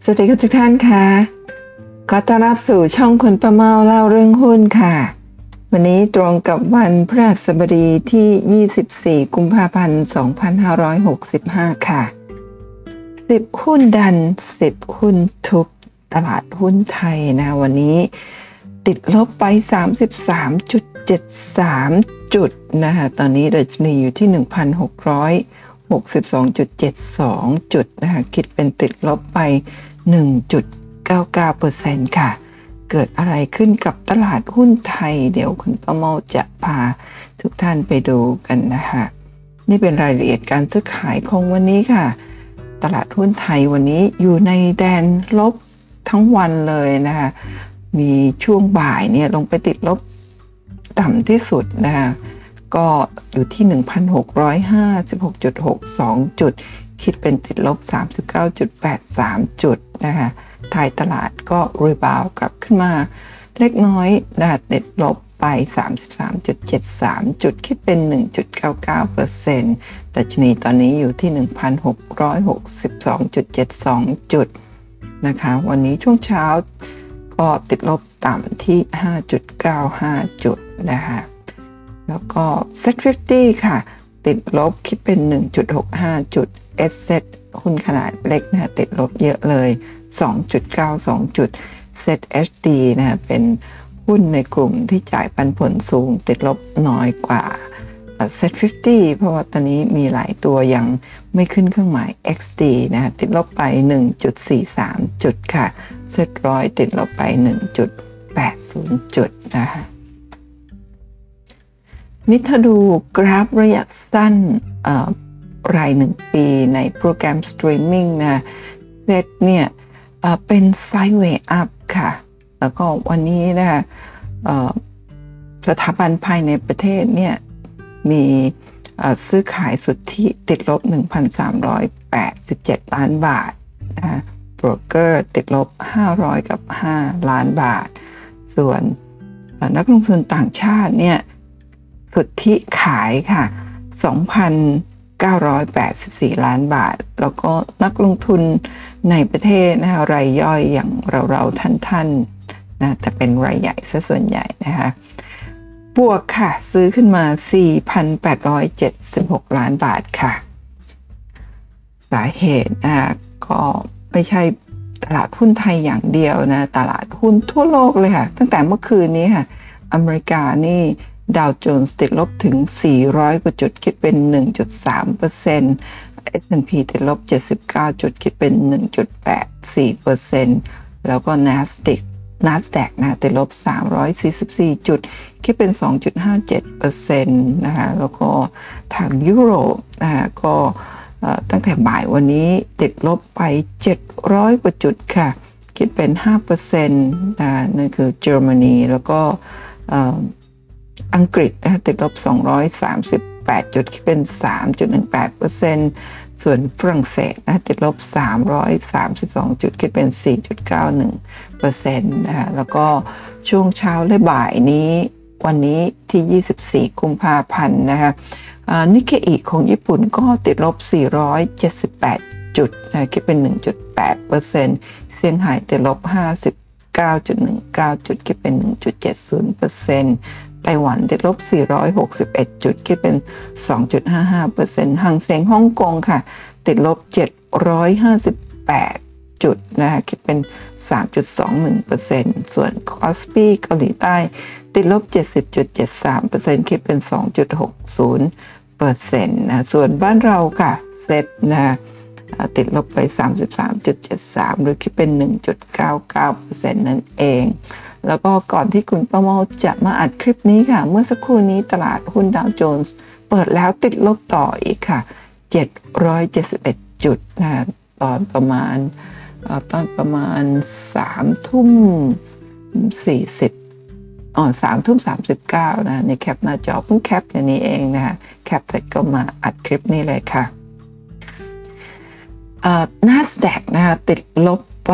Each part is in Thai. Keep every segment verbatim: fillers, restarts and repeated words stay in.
วัสดีทุกท่านค่ะขอต้อนรับสู่ช่องคุณประเมาเล่าเรื่องหุ้นค่ะวันนี้ตรงกับวันพฤหัสบดีที่ยี่สิบสี่กุมภาพันธ์สองพันห้าร้อยหกสิบห้าค่ะสิบหุ้นดันสิบหุ้นทุบตลาดหุ้นไทยนะวันนี้ติดลบไป สามสิบสามจุดเจ็ดสาม จุดนะคะตอนนี้ดัชนีอยู่ที่ หนึ่งพันหกร้อยหกสิบสองจุดเจ็ดสอง จุดนะคะคิดเป็นติดลบไป หนึ่งจุดเก้าเก้าเปอร์เซ็นต์ ค่ะเกิดอะไรขึ้นกับตลาดหุ้นไทยเดี๋ยวคุณประเมาจะพาทุกท่านไปดูกันนะคะนี่เป็นรายละเอียดการซื้อขายของวันนี้ค่ะตลาดหุ้นไทยวันนี้อยู่ในแดนลบทั้งวันเลยนะคะมีช่วงบ่ายเนี่ยลงไปติดลบต่ำที่สุดนะคะก็อยู่ที่ หนึ่งพันหกร้อยห้าสิบหกจุดหกสอง จุดคิดเป็นติดลบ สามสิบเก้าจุดแปดสาม จุดนะคะท้ายตลาดก็รีบาวกลับขึ้นมาเล็กน้อยนะคะติดลบไป สามสิบสามจุดเจ็ดสาม จุดคิดเป็น หนึ่งจุดเก้าเก้าเปอร์เซ็นต์ ดัชนีตอนนี้อยู่ที่ หนึ่งพันหกร้อยหกสิบสองจุดเจ็ดสอง จุดนะคะวันนี้ช่วงเช้าก็ติดลบต่ำที่ ห้าจุดเก้าห้า จุดนะคะแล้วก็ เซ็ต ห้าสิบ ค่ะติดลบคิดเป็น หนึ่งจุดหกห้า จุด เอส เซท หุ้นขนาดเล็กนะติดลบเยอะเลย สองจุดเก้าสอง จุด เซ็ต เอช ดี นะเป็นหุ้นในกลุ่มที่จ่ายปันผลสูงติดลบน้อยกว่า เซ็ต ห้าสิบ เพราะว่าตอนนี้มีหลายตัวยังไม่ขึ้นเครื่องหมาย เอ็กซ์ ดี นะติดลบไป หนึ่งจุดสี่สาม จุดค่ะ เซ็ต หนึ่งร้อย ติดลบไป หนึ่งจุดแปดศูนย์ จุดนะคะนี่ถ้าดูกราฟระยะสั้นรายหนึ่งปีในโปรแกรมสตรีมมิ่งนะเซ็ตเนี่ยเป็นไซด์เวย์อัพค่ะแล้วก็วันนี้นะคะสถาบันภายในประเทศเนี่ยมีซื้อขายสุทธิติดลบ หนึ่งพันสามร้อยแปดสิบเจ็ด ล้านบาทนะโบรกเกอร์ติดลบห้าร้อยกับห้าล้านบาทส่วนนักลงทุนต่างชาติเนี่ยสุทธิขายค่ะ สองพันเก้าร้อยแปดสิบสี่ ล้านบาทแล้วก็นักลงทุนในประเทศนะคะรายย่อยอย่างเราๆท่านๆนะแต่เป็นรายใหญ่ซะส่วนใหญ่นะคะบวกค่ะซื้อขึ้นมา สี่พันแปดร้อยเจ็ดสิบหก ล้านบาทค่ะสาเหตุนะก็ไม่ใช่ตลาดหุ้นไทยอย่างเดียวนะตลาดหุ้นทั่วโลกเลยค่ะตั้งแต่เมื่อคืนนี้ค่ะอเมริกานี่ดาวโจนส์ติดลบถึงสี่ร้อยกว่าจุดคิดเป็น หนึ่งจุดสามเปอร์เซ็นต์ เอส แอนด์ พี ติดลบเจ็ดสิบเก้าจุดคิดเป็น หนึ่งจุดแปดสี่เปอร์เซ็นต์ แล้วก็ NASDAQ NASDAQ นะติดลบสามร้อยสี่สิบสี่จุดคิดเป็น สองจุดห้าเจ็ดเปอร์เซ็นต์ นะคะแล้วก็ทางยุโรปนะคะก็ตั้งแต่บ่ายวันนี้ติดลบไปเจ็ดร้อยกว่าจุดค่ะคิดเป็น ห้าเปอร์เซ็นต์ นะนั่นคือเยอรมนีแล้วก็อังกฤษนะติดลบสองร้อยสามสิบแปดจุดคิดเป็น สามจุดหนึ่งแปดเปอร์เซ็นต์ ส่วนฝรั่งเศสนะติดลบสามร้อยสามสิบสองจุดคิดเป็น สี่จุดเก้าหนึ่งเปอร์เซ็นต์ นะคะแล้วก็ช่วงเช้าและบ่ายนี้วันนี้ที่ยี่สิบสี่กุมภาพันธ์นะคะนิกเกอิของญี่ปุ่นก็ติดลบสี่ร้อยเจ็ดสิบแปดจุดนะคิดเป็น หนึ่งจุดแปดเปอร์เซ็นต์ เซี่ยงไฮ้ติดลบห้าสิบเก้าจุดหนึ่งเก้า จุดคิดเป็น หนึ่งจุดเจ็ดศูนย์เปอร์เซ็นต์ไต้หวันติดลบสี่ร้อยหกสิบเอ็ดจุดคิดเป็น สองจุดห้าห้าเปอร์เซ็นต์ หังเส็งฮ่องกงค่ะติดลบเจ็ดร้อยห้าสิบแปดจุดนะคะคิดเป็น สามจุดสองหนึ่งเปอร์เซ็นต์ ส่วนคอสปีเกาหลีใต้ติดลบ เจ็ดสิบจุดเจ็ดสามเปอร์เซ็นต์ คิดเป็น สองจุดหกศูนย์เปอร์เซ็นต์ นะส่วนบ้านเราค่ะเซ็ตนะติดลบไป สามสิบสามจุดเจ็ดสาม หรือคิดเป็น หนึ่งจุดเก้าเก้าเปอร์เซ็นต์ นั่นเองแล้วก็ก่อนที่คุณประเมาจะมาอัดคลิปนี้ค่ะเมื่อสักครู่นี้ตลาดหุ้นดาวโจนส์เปิดแล้วติดลบต่ออีกค่ะเจ็ดร้อยเจ็ดสิบเอ็ดจุดนะตอนประมาณตอนประมาณสามทุ่มสี่สิบอ๋อสามทุ่มสามสิบเก้านะในแคปหน้าจอเพิ่งแคปอย่างนี้เองนะคะแคปเสร็จก็มาอัดคลิปนี้เลยค่ะเอ่อ NASDAQ นะคะติดลบไป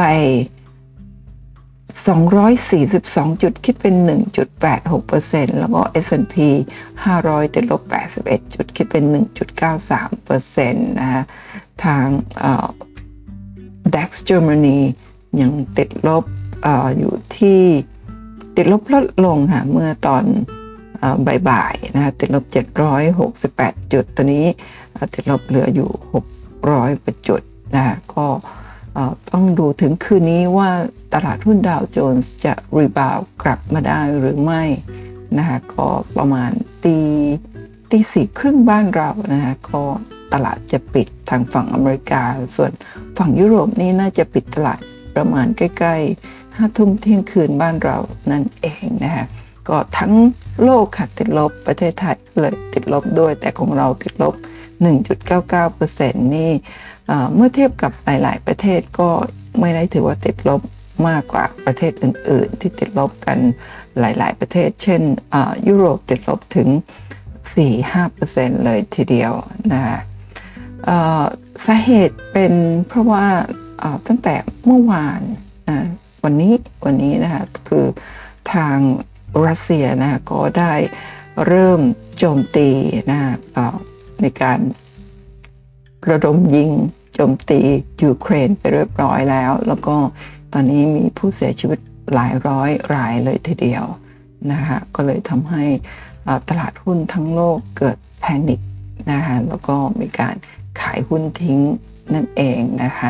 สองร้อยสี่สิบสองจุดคิดเป็น หนึ่งจุดแปดหกเปอร์เซ็นต์ แล้วก็ เอส แอนด์ พี ห้าร้อยติดลบแปดสิบเอ็ดจุดคิดเป็น หนึ่งจุดเก้าสามเปอร์เซ็นต์ นะคะทางเอ่อ ดัค Germany ยังติดลบ อ, อยู่ที่ติดลบลดลงค่ะเมื่อตอนบ่ายๆนะคะติดลบเจ็ดร้อยหกสิบแปดจุดตอนนี้ติดลบเหลืออยู่หกร้อยกว่าจุดนะคะก็ต้องดูถึงคืนนี้ว่าตลาดหุ้นดาวโจนส์จะรีบาวด์กลับมาได้หรือไม่นะคะก็ประมาณตีตีสี่ครึ่งบ้านเรานะคะก็ตลาดจะปิดทางฝั่งอเมริกาส่วนฝั่งยุโรปนี่น่าจะปิดตลาดประมาณใกล้ๆห้าทุ่มเที่ยงคืนบ้านเรานั่นเองนะคะก็ทั้งโลกค่ะติดลบประเทศไทยเลยติดลบด้วยแต่ของเราติดลบ หนึ่งจุดเก้าเก้าเปอร์เซ็นต์ นี่เมื่อเทียบกับหลายๆประเทศก็ไม่ได้ถือว่าติดลบมากกว่าประเทศอื่นๆที่ติดลบกันหลายๆประเทศเช่นยุโรปติดลบถึง สี่ถึงห้าเปอร์เซ็นต์ เลยทีเดียวนะคะสาเหตุเป็นเพราะว่าตั้งแต่เมื่อวานวันนี้วันนี้นะคะคือทางรัสเซียนะก็ได้เริ่มโจมตีนะในการระดมยิงโจมตียูเครนไปเรียบร้อยแล้วแล้วก็ตอนนี้มีผู้เสียชีวิตหลายร้อยรายเลยทีเดียวนะคะก็เลยทำให้ตลาดหุ้นทั้งโลกเกิดแพนิคนะคะแล้วก็มีการขายหุ้นทิ้งนั่นเองนะคะ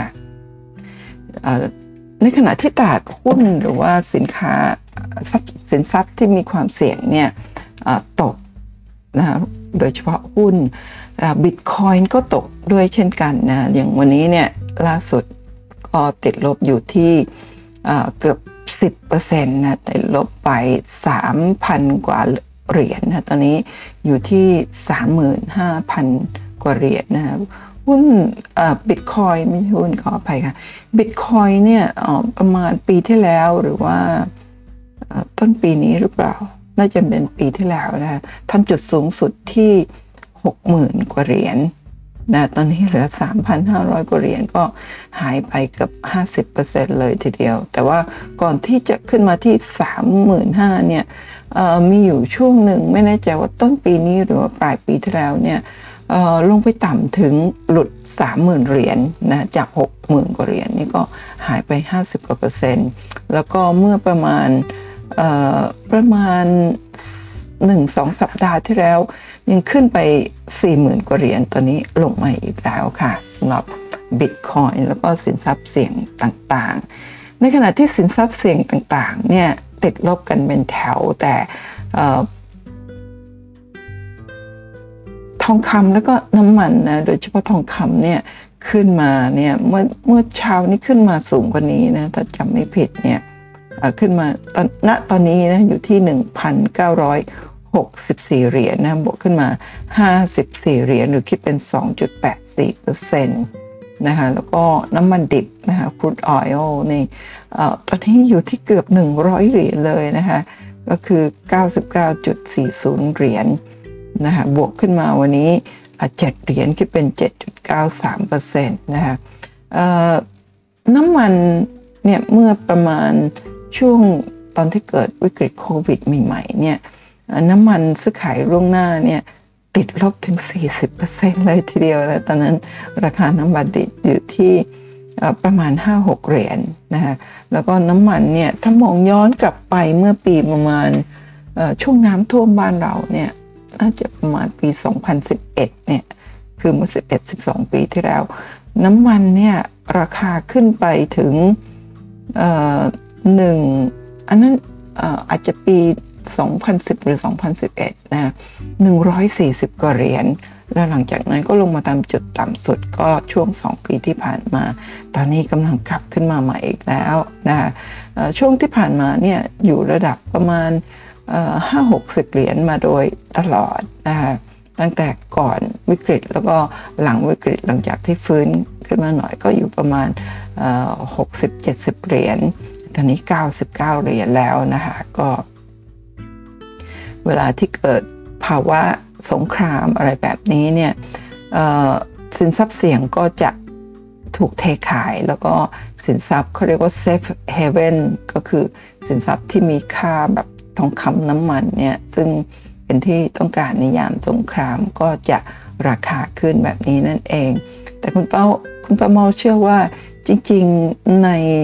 ในขณะที่ตลาดหุ้นหรือว่าสินค้าสินทรัพย์ที่มีความเสี่ยงเนี่ยตกนะโดยเฉพาะหุ้นบิตคอยน์ก็ตกด้วยเช่นกันนะอย่างวันนี้เนี่ยล่าสุดก็ติดลบอยู่ที่เกือบ สิบเปอร์เซ็นต์ นะติดลบไป สามพัน กว่าเหรียญ นะตอนนี้อยู่ที่ สามหมื่นห้าพัน กว่าเหรียญนะหุ้นบิตคอยน์ไม่ใช่หุ้นขออภัยค่ะบิตคอยน์เนี่ยประมาณปีที่แล้วหรือว่าต้นปีนี้หรือเปล่าน่าจะเป็นปีที่แล้วนะทำจุดสูงสุดที่ หกหมื่น กว่าเหรียญนะตอนนี้เหลือ สามพันห้าร้อย กว่าเหรียญก็หายไปเกือบ ห้าสิบเปอร์เซ็นต์ เลยทีเดียวแต่ว่าก่อนที่จะขึ้นมาที่ สามหมื่นห้าพัน เนี่ยมีอยู่ช่วงหนึ่งไม่แน่ใจว่าต้นปีนี้หรือว่าปลายปีที่แล้วเนี่ยลงไปต่ำถึงหลุด สามหมื่น เหรียญ นะจาก หกหมื่น กว่าเหรียญนี่ก็หายไป ห้าสิบ กว่าเปอร์เซ็นต์แล้วก็เมื่อประมาณประมาณ หนึ่งถึงสอง สัปดาห์ที่แล้วยังขึ้นไป สี่หมื่น กว่าเหรียญตอนนี้ลงมาอีกแล้วค่ะสำหรับ Bitcoin แล้วก็สินทรัพย์เสี่ยงต่างๆในขณะที่สินทรัพย์เสี่ยงต่างๆเนี่ยติดลบกันเป็นแถวแต่ทองคำแล้วก็น้ำมันนะโดยเฉพาะทองคำเนี่ยขึ้นมาเนี่ยเมื่อเมื่อเช้านี้ขึ้นมาสูงกว่านี้นะถ้าจำไม่ผิดเนี่ยขึ้นมาตอนณตอนนี้นะอยู่ที่ หนึ่งพันเก้าร้อยหกสิบสี่ เหรียญ นะบวกขึ้นมาห้าสิบสี่เหรียญหรือคิดเป็น สองจุดแปดสี่เปอร์เซ็นต์ นะคะแล้วก็น้ำมันดิบนะคะครูดออยล์นี่ตอนนี้อยู่ที่เกือบหนึ่งร้อยเหรียญเลยนะคะก็คือ เก้าสิบเก้าจุดสี่ศูนย์ เหรียญนะคะบวกขึ้นมาวันนี้เจ็ดเหรียญคิดเป็น เจ็ดจุดเก้าสามเปอร์เซ็นต์ นะคะน้ำมันเนี่ยเมื่อประมาณช่วงตอนที่เกิดวิกฤตโควิดใหม่ๆเนี่ยน้ำมันซื้อขายล่วงหน้าเนี่ยติดลบถึง สี่สิบเปอร์เซ็นต์ เลยทีเดียวแล้วตอนนั้นราคาน้ำมันดิบอยู่ที่ประมาณ ห้าหก เหรียญ นะคะแล้วก็น้ำมันเนี่ยถ้ามองย้อนกลับไปเมื่อปีประมาณช่วงน้ำท่วมบ้านเราเนี่ยน่าจะประมาณปี สองพันสิบเอ็ด เนี่ยคือเมื่อ สิบเอ็ด สิบสอง ปีที่แล้วน้ำมันเนี่ยราคาขึ้นไปถึงหนึ่งอันนั้นอาจจะปีสองพันสิบหรือสองพันสิบเอ็ดนะหนึ่งร้อยสี่สิบกว่าเหรียญแล้วหลังจากนั้นก็ลงมาตามจุดต่ำสุดก็ช่วงสองปีที่ผ่านมาตอนนี้กำลังกลับขึ้นมาใหม่อีกแล้วนะช่วงที่ผ่านมาเนี่ยอยู่ระดับประมาณห้าหกสิบเหรียญมาโดยตลอดนะตั้งแต่ก่อนวิกฤตแล้วก็หลังวิกฤตหลังจากที่ฟื้นขึ้นมาหน่อยก็อยู่ประมาณหกสิบเจ็ดสิบเหรียญตอนนี้เก้าสิบเก้าเหรียญแล้วนะคะก็เวลาที่เกิดภาวะสงครามอะไรแบบนี้เนี่ยสินทรัพย์เสี่ยงก็จะถูกเทขายแล้วก็สินทรัพย์เขาเรียกว่า safe haven ก็คือสินทรัพย์ที่มีค่าแบบทองคำน้ำมันเนี่ยซึ่งเป็นที่ต้องการในยามสงครามก็จะราคาขึ้นแบบนี้นั่นเองแต่คุณเป้าคุณป้าเมาเชื่อว่าจริงๆใน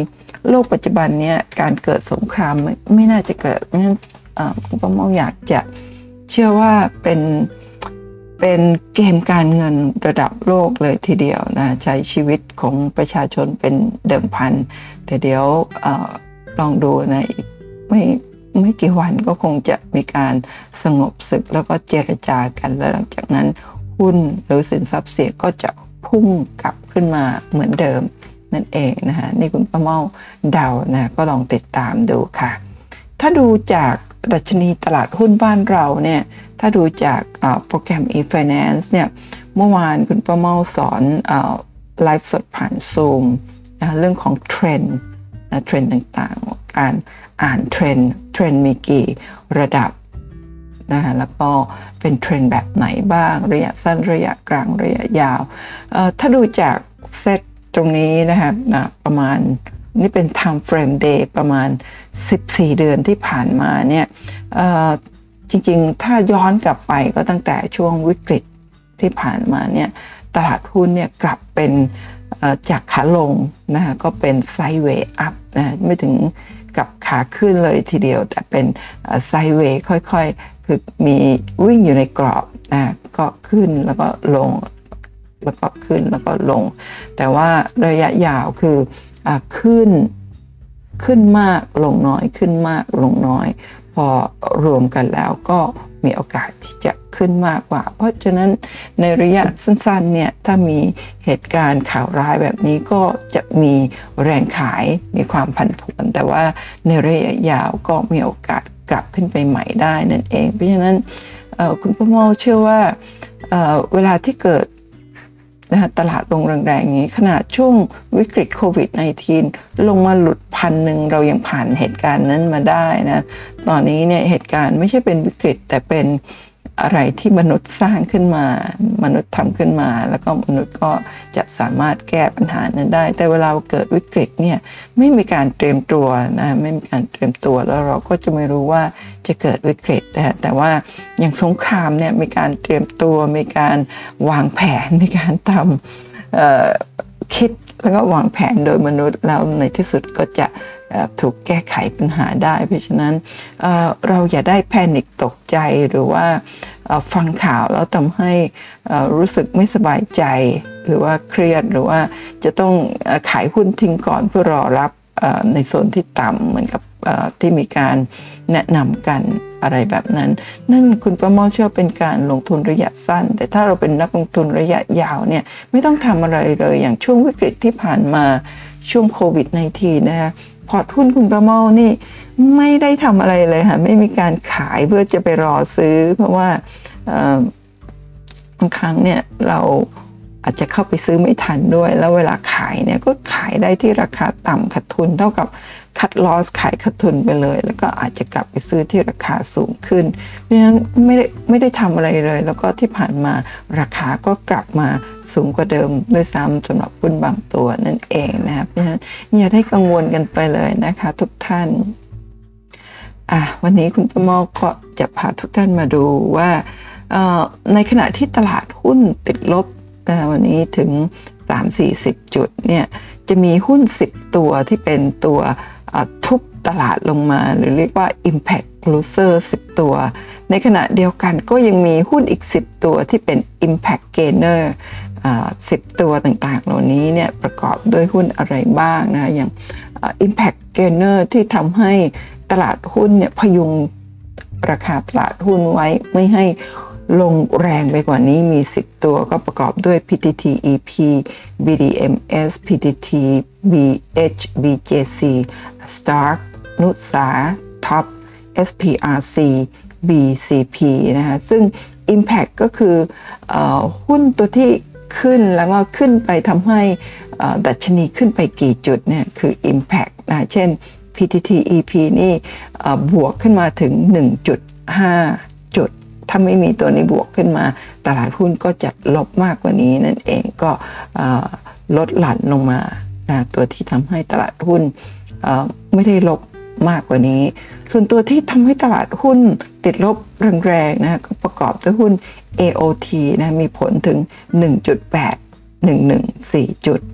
โลกปัจจุบันเนี้ยการเกิดสงครามไม่ไม่น่าจะเกิดเพราะฉะนั้นคุณป้าเมาอยากจะเชื่อว่าเป็นเป็นเกมการเงินระดับโลกเลยทีเดียวนะใช้ชีวิตของประชาชนเป็นเดิมพันแต่เดี๋ยวอลองดูในไม่ไม่กี่วันก็คงจะมีการสงบศึกแล้วก็เจรจากันแล้วหลังจากนั้นหุ้นหรือสินทรัพย์เสี่ยงก็จะพุ่งกลับขึ้นมาเหมือนเดิมนั่นเองนะคะนี่คุณป้าเมาเดานะก็ลองติดตามดูค่ะถ้าดูจากดัชนีตลาดหุ้นบ้านเราเนี่ยถ้าดูจากโปรแกรม e-finance เนี่ยเมื่อวานคุณป้าเมาสอนไลฟ์สดผ่านซูมนะเรื่องของเทรนด์นะเทรนด์ต่างๆการอ่านเทรนด์เทรนด์มีกี่ระดับนะคะแล้วก็เป็นเทรนด์แบบไหนบ้างระยะสั้นระยะกลางระยะยาวถ้าดูจากเซตตรงนี้นะคะนะประมาณนี่เป็น time frame day ประมาณสิบสี่เดือนที่ผ่านมาเนี่ยจริงๆถ้าย้อนกลับไปก็ตั้งแต่ช่วงวิกฤตที่ผ่านมาเนี่ยตลาดหุ้นเนี่ยกลับเป็นจากขาลงนะคะก็เป็นไซด์เวย์อัพนะไม่ถึงกับขาขึ้นเลยทีเดียวแต่เป็นไซด์เวย์ค่อยๆคือมีวิ่งอยู่ในกรอบนะก็ขึ้นแล้วก็ลงแล้วก็ขึ้นแล้วก็ลงแต่ว่าระยะยาวคือขึ้นขึ้นมากลงน้อยขึ้นมากลงน้อยพอรวมกันแล้วก็มีโอกาสที่จะขึ้นมากกว่าเพราะฉะนั้นในระยะสั้นๆเนี่ยถ้ามีเหตุการณ์ข่าวร้ายแบบนี้ก็จะมีแรงขายมีความผันผวนแต่ว่าในระยะยาวก็มีโอกาสกลับขึ้นไปใหม่ได้นั่นเองเพราะฉะนั้นคุณป้าเมาเชื่อว่าเ, เวลาที่เกิดนะตลาดลงแรงๆอย่างนี้ขนาดช่วงวิกฤตโควิด สิบเก้า ลงมาหลุดพันหนึ่งเรายังผ่านเหตุการณ์นั้นมาได้นะตอนนี้เนี่ยเหตุการณ์ไม่ใช่เป็นวิกฤตแต่เป็นอะไรที่มนุษย์สร้างขึ้นมามนุษย์ทำขึ้นมาแล้วก็มนุษย์ก็จะสามารถแก้ปัญหานั้นได้แต่เวลาเกิดวิกฤตเนี่ยไม่มีการเตรียมตัวนะไม่มีการเตรียมตัวแล้วเราก็จะไม่รู้ว่าจะเกิดวิกฤตนะแต่ว่าอย่างสงครามเนี่ยมีการเตรียมตัวมีการวางแผนมีการทำคิดแล้วก็วางแผนโดยมนุษย์แล้วในที่สุดก็จะถูกแก้ไขปัญหาได้เพราะฉะนั้นเ, เราอย่าได้แพนิคตกใจหรือว่าฟังข่าวแล้วทำให้รู้สึกไม่สบายใจหรือว่าเครียดหรือว่าจะต้องขายหุ้นทิ้งก่อนเพื่อรอรับในโซนที่ต่ำเหมือนกับที่มีการแนะนำกันอะไรแบบนั้นนั่นคุณป้าเมาเชื่อเป็นการลงทุนระยะสั้นแต่ถ้าเราเป็นนักลงทุนระยะยาวเนี่ยไม่ต้องทำอะไรเลยอย่างช่วงวิกฤตที่ผ่านมาช่วงโควิด สิบเก้า นะคะพอร์ตหุ้นคุณป้าเมานี่ไม่ได้ทำอะไรเลยค่ะไม่มีการขายเพื่อจะไปรอซื้อเพราะว่าบางครั้งเนี่ยเราอาจจะเข้าไปซื้อไม่ทันด้วยแล้วเวลาขายเนี่ยก็ขายได้ที่ราคาต่ำขาดทุนเท่ากับคัดลอสขายขาดทุนไปเลยแล้วก็อาจจะกลับไปซื้อที่ราคาสูงขึ้นเพราะฉะนั้นไม่ได้ไม่ได้ทำอะไรเลยแล้วก็ที่ผ่านมาราคาก็กลับมาสูงกว่าเดิมด้วยซ้ำสำหรับหุ้นบางตัวนั่นเองนะครับเพราะฉะนั้นอย่าได้กังวลกันไปเลยนะคะทุกท่านอ่ะวันนี้คุณป้าเมาก็จะพาทุกท่านมาดูว่าในขณะที่ตลาดหุ้นติดลบวันนี้ถึง สามถึงสี่สิบ จุดเนี่ยจะมีหุ้นสิบตัวที่เป็นตัวทุบตลาดลงมาหรือเรียกว่า Impact Loser สิบตัวในขณะเดียวกันก็ยังมีหุ้นอีกสิบตัวที่เป็น Impact Gainer สิบตัวต่างๆเหล่านี้เนี่ยประกอบด้วยหุ้นอะไรบ้างนะอย่าง Impact Gainer ที่ทำให้ตลาดหุ้นเนี่ยพยุงราคาตลาดหุ้นไว้ไม่ให้ลงแรงไปกว่านี้มีสิบตัวก็ประกอบด้วย พี ที ที อี พี บี ดี เอ็ม เอส พี ที ที บี เอช บี เจ ซี Stark นุสา Top เอส พี อาร์ ซี บี ซี พี นะคะซึ่ง Impact ก็คือหุ้นตัวที่ขึ้นแล้วก็ขึ้นไปทำให้ดัชนีขึ้นไปกี่จุดเนี่ยคือ Impact นะเช่น พี ที ที อี พี นี่บวกขึ้นมาถึง หนึ่งจุดห้า จุดถ้าไม่มีตัวนี้บวกขึ้นมาตลาดหุ้นก็จะลบมากกว่านี้นั่นเองก็ลดหลั่นลงมาตัวที่ทำให้ตลาดหุ้นไม่ได้ลบมากกว่านี้ส่วนตัวที่ทำให้ตลาดหุ้นติดลบแรงๆนะก็ประกอบด้วยหุ้น เอ โอ ที นะมีผลถึง หนึ่งจุดแปดหนึ่งหนึ่งสี่ จุด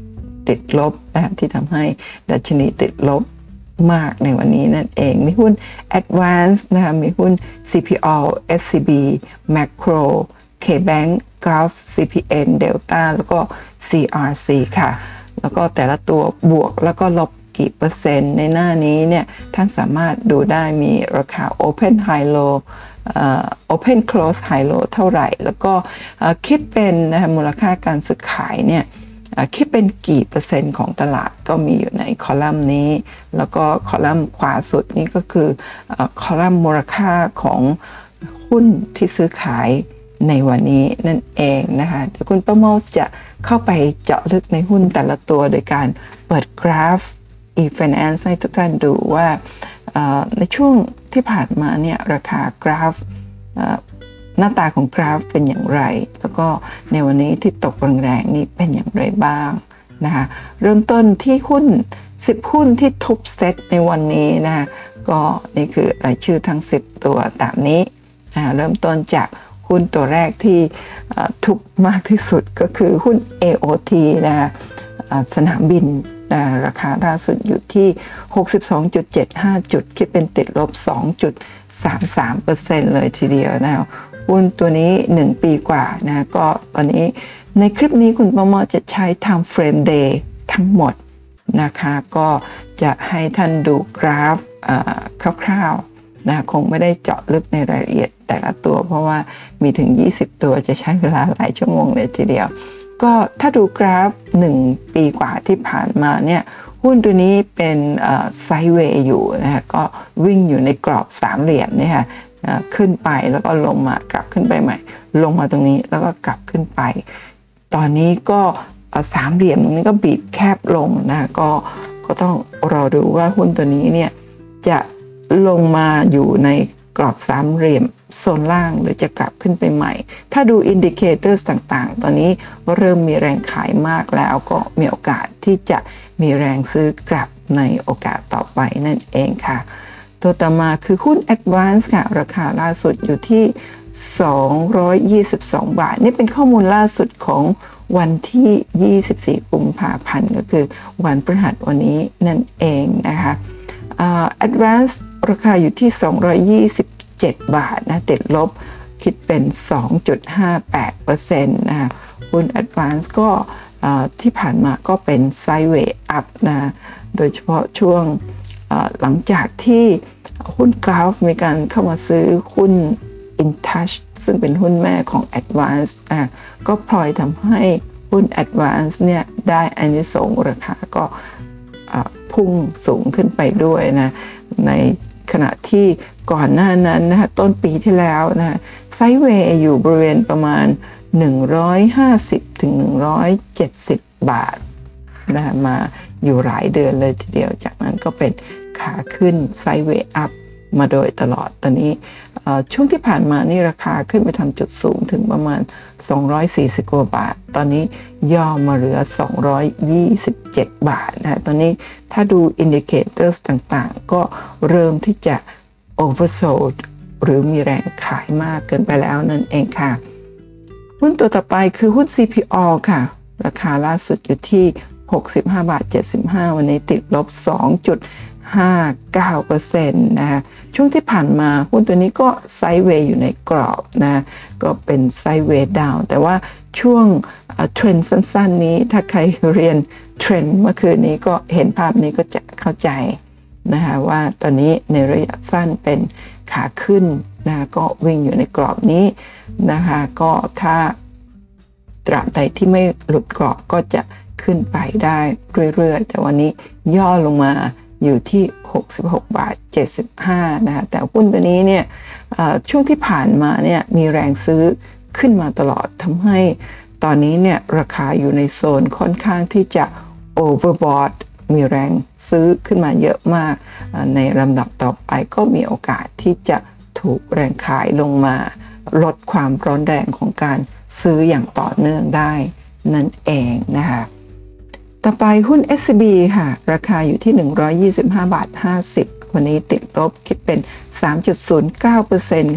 ติดลบนะที่ทำให้ดัชนีติดลบมากในวันนี้นั่นเองมีหุ้น Advance นะคะมีหุ้น ซี พี แอล เอส ซี บี Macro K-Bank Gulf ซี พี เอ็น Delta แล้วก็ ซี อาร์ ซี ค่ะแล้วก็แต่ละตัวบวกแล้วก็ลบกี่เปอร์เซ็นต์ในหน้านี้เนี่ยท่านสามารถดูได้มีราคา Open High Low uh, Open Close High Low เท่าไหร่แล้วก็คิดเป็นนะคะมูลค่าการซื้อขายเนี่ยคิดเป็นกี่เปอร์เซ็นต์ของตลาดก็มีอยู่ในคอลัมน์นี้แล้วก็คอลัมน์ขวาสุดนี่ก็คือคอลัมน์มูลค่าของหุ้นที่ซื้อขายในวันนี้นั่นเองนะคะเดี๋ยวคุณประโมทจะเข้าไปเจาะลึกในหุ้นแต่ละตัวโดยการเปิดกราฟ e-finance ให้ทุกท่านดูว่าในช่วงที่ผ่านมาเนี่ยราคากราฟหน้าตาของกราฟเป็นอย่างไรแล้วก็ในวันนี้ที่ตกแรงๆนี่เป็นอย่างไรบ้างนะคะเริ่มต้นที่หุ้นสิบหุ้นที่ทุบเซตในวันนี้นะคะก็นี่คือรายชื่อทั้งสิบตัวตามนี้นะเริ่มต้นจากหุ้นตัวแรกที่ทุบมากที่สุดก็คือหุ้น เอ โอ ที นะคะสนามบินนะราคาล่าสุดอยู่ที่ หกสิบสองจุดเจ็ดห้า จุดคิดเป็นติดลบ สองจุดสามสามเปอร์เซ็นต์ เลยทีเดียวนะหุ้นตัวนี้หนึ่งปีกว่านะก็ตอนนี้ในคลิปนี้คุณประโมทจะใช้ time frame day ทั้งหมดนะคะก็จะให้ท่านดูกราฟคร่าวๆนะคงไม่ได้เจาะลึกในรายละเอียดแต่ละตัวเพราะว่ามีถึงยี่สิบตัวจะใช้เวลาหลายชั่วโมงเลยทีเดียวก็ถ้าดูกราฟหนึ่งปีกว่าที่ผ่านมาเนี่ยหุ้นตัวนี้เป็นไซด์เวย์อยู่นะคะก็วิ่งอยู่ในกรอบสามเหลี่ยมเนี่ยค่ะขึ้นไปแล้วก็ลงมากลับขึ้นไปใหม่ลงมาตรงนี้แล้วก็กลับขึ้นไปตอนนี้ก็สามเหลี่ยมตรงนี้ก็บีบแคบลงนะก็ก็ต้องรอดูว่าหุ้นตัวนี้เนี่ยจะลงมาอยู่ในกรอบสามเหลี่ยมโซนล่างหรือจะกลับขึ้นไปใหม่ถ้าดูอินดิเคเตอร์ต่างๆตอนนี้เริ่มมีแรงขายมากแล้วก็มีโอกาสที่จะมีแรงซื้อกลับในโอกาสต่อไปนั่นเองค่ะตัวต่อมาคือหุ้น Advance ค่ะราคาล่าสุดอยู่ที่สองร้อยยี่สิบสองบาทนี่เป็นข้อมูลล่าสุดของวันที่ยี่สิบสี่กุมภาพันธ์ก็คือวันพฤหัสวันนี้นั่นเองนะคะ uh, Advance ราคาอยู่ที่สองร้อยยี่สิบเจ็ดบาทนะติดลบคิดเป็น สองจุดห้าแปดเปอร์เซ็นต์ นะคะหุ้น Advance ก็ที่ผ่านมาก็เป็นไซด์เวย์อัพนะโดยเฉพาะช่วงหลังจากที่หุ้น Gulf มีการเข้ามาซื้อหุ้น InTouch ซึ่งเป็นหุ้นแม่ของ Advance อ่ะก็พลอยทำให้หุ้น Advance เนี่ยได้อานิสงส์ราคาก็พุ่งสูงขึ้นไปด้วยนะในขณะที่ก่อนหน้านั้นนะคะต้นปีที่แล้วนะไซด์เวย์อยู่บริเวณประมาณหนึ่งร้อยห้าสิบถึงหนึ่งร้อยเจ็ดสิบบาทนะมาอยู่หลายเดือนเลยทีเดียวจากนั้นก็เป็นขาขึ้นไซด์เวย์อัพมาโดยตลอดตอนนี้ช่วงที่ผ่านมานี่ราคาขึ้นไปทำจุดสูงถึงประมาณสองร้อยสี่สิบกว่าบาทตอนนี้ย่อมาเหลือสองร้อยยี่สิบเจ็ดบาทนะตอนนี้ถ้าดูอินดิเคเตอร์ต่างๆก็เริ่มที่จะ oversold หรือมีแรงขายมากเกินไปแล้วนั่นเองค่ะหุ้นตัวต่อไปคือหุ้น ซี พี แอล ค่ะราคาล่าสุดอยู่ที่หกสิบห้าบาทเจ็ดสิบห้าวันนี้ติดลบ สองจุดห้าเก้าเปอร์เซ็นต์ นะคะช่วงที่ผ่านมาหุ้นตัวนี้ก็ไซด์เวย์อยู่ในกรอบนะก็เป็นไซด์เวย์ดาวน์แต่ว่าช่วงเทรนด์สั้นๆนี้ถ้าใครเรียนเทรนด์เมื่อคืนนี้ก็เห็นภาพนี้ก็จะเข้าใจนะคะว่าตอนนี้ในระยะสั้นเป็นขาขึ้นนะก็วิ่งอยู่ในกรอบนี้นะคะก็ถ้าตราบใดที่ไม่หลุดกรอบก็จะขึ้นไปได้เรื่อยๆแต่วันนี้ย่อลงมาอยู่ที่หกสิบหกบาทเจ็ดสิบห้านะคะแต่หุ้นตัวนี้เนี่ยช่วงที่ผ่านมาเนี่ยมีแรงซื้อขึ้นมาตลอดทำให้ตอนนี้เนี่ยราคาอยู่ในโซนค่อนข้างที่จะ overbought มีแรงซื้อขึ้นมาเยอะมากในลำดับต่อไปก็มีโอกาสที่จะถูกแรงขายลงมาลดความร้อนแรงของการซื้ออย่างต่อเนื่องได้นั่นเองนะคะต่อไปหุ้น เอส ซี บี ค่ะราคาอยู่ที่หนึ่งร้อยยี่สิบห้าบาทห้าสิบวันนี้ติดลบคิดเป็น สามจุดศูนย์เก้าเปอร์เซ็นต์ ค่ะ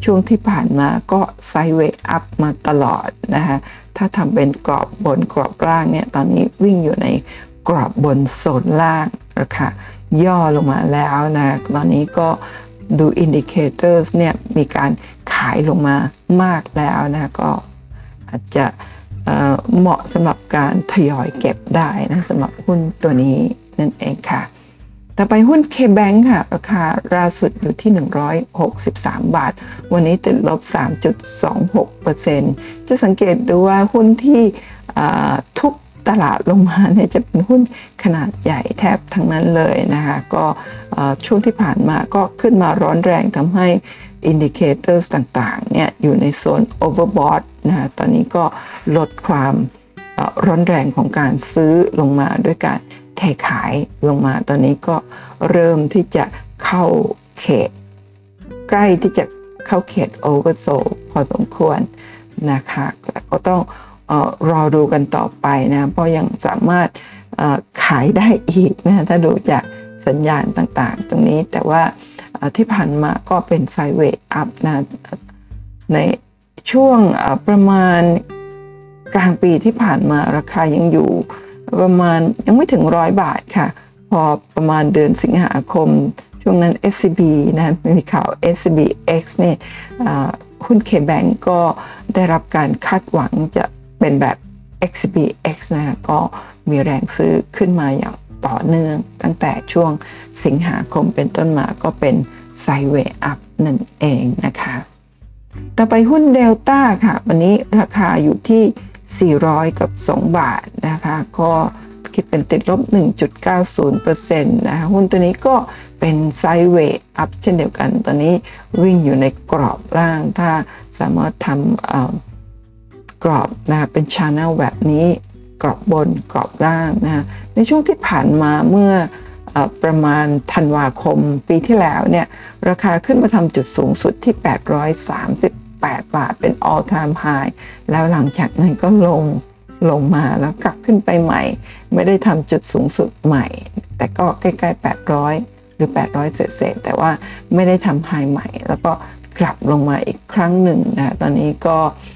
ช่วงที่ผ่านมาก็ไซด์เวย์อัพมาตลอดนะคะถ้าทำเป็นกรอบบนกรอบล่างเนี่ยตอนนี้วิ่งอยู่ในกรอบบนโซนล่างนะคะย่อลงมาแล้วนะตอนนี้ก็ดูอินดิเคเตอร์เนี่ยมีการขายลงมามากแล้วนะก็อาจจะเอ่อเหมาะสำหรับการทยอยเก็บได้นะสำหรับหุ้นตัวนี้นั่นเองค่ะต่อไปหุ้น K-Bank ค่ะราคาล่าสุดอยู่ที่หนึ่งร้อยหกสิบสามบาทวันนี้ติดลบ สามจุดสองหกเปอร์เซ็นต์ จะสังเกตดูว่าหุ้นที่ทุบตลาดลงมาเนี่ยจะเป็นหุ้นขนาดใหญ่แทบทั้งนั้นเลยนะคะก็ช่วงที่ผ่านมาก็ขึ้นมาร้อนแรงทำให้อินดิเคเตอร์ต่างๆเนี่ยอยู่ในโซน overbought นะคะตอนนี้ก็ลดความร้อนแรงของการซื้อลงมาด้วยการเทขายลงมาตอนนี้ก็เริ่มที่จะเข้าเขตใกล้ที่จะเข้าเขต oversold พอสมควรนะคะแต่ก็ต้องเอ่อรอดูกันต่อไปนะเพราะยังสามารถเอ่อขายได้อีกนะถ้าดูจากสัญญาณต่างๆตรงนี้แต่ว่าที่ผ่านมาก็เป็นไซด์เวย์อัพนะในช่วงประมาณกลางปีที่ผ่านมาราคายังอยู่ประมาณยังไม่ถึงร้อยบาทค่ะพอประมาณเดือนสิงหาคมช่วงนั้น เอส ซี บี นะมีข่าว เอส ซี บี เอ็กซ์ เนี่ยหุ้น K-Bank ก็ได้รับการคาดหวังจะเป็นแบบ เอ็กซ์ ซี บี เอ็กซ์ นะก็มีแรงซื้อขึ้นมาอย่างต่อเนื่องตั้งแต่ช่วงสิงหาคมเป็นต้นมาก็เป็นไซด์เวย์อัพนั่นเองนะคะต่อไปหุ้นเดลต้าค่ะวันนี้ราคาอยู่ที่สี่ร้อยกับสองบาทนะคะก็คิดเป็นติดลบ หนึ่งจุดเก้าศูนย์เปอร์เซ็นต์ นะคะหุ้นตัวนี้ก็เป็นไซด์เวย์อัพเช่นเดียวกันตอนนี้วิ่งอยู่ในกรอบล่างถ้าสามารถทำกรอบนะเป็น channel แบบนี้กรอบบนกรอบล่างนะในช่วงที่ผ่านมาเมื่อประมาณธันวาคมปีที่แล้วเนี่ยราคาขึ้นมาทำจุดสูงสุดที่แปดร้อยสามสิบแปดบาทเป็น all time high แล้วหลังจากนั้นก็ลงลงมาแล้วกลับขึ้นไปใหม่ไม่ได้ทำจุดสูงสุดใหม่แต่ก็ใกล้ๆแปดร้อยหรือแปดร้อยเศษๆแต่ว่าไม่ได้ทำไฮใหม่แล้วก็กลับลงมาอีกครั้งหนึ่งนะตอนนี้ก็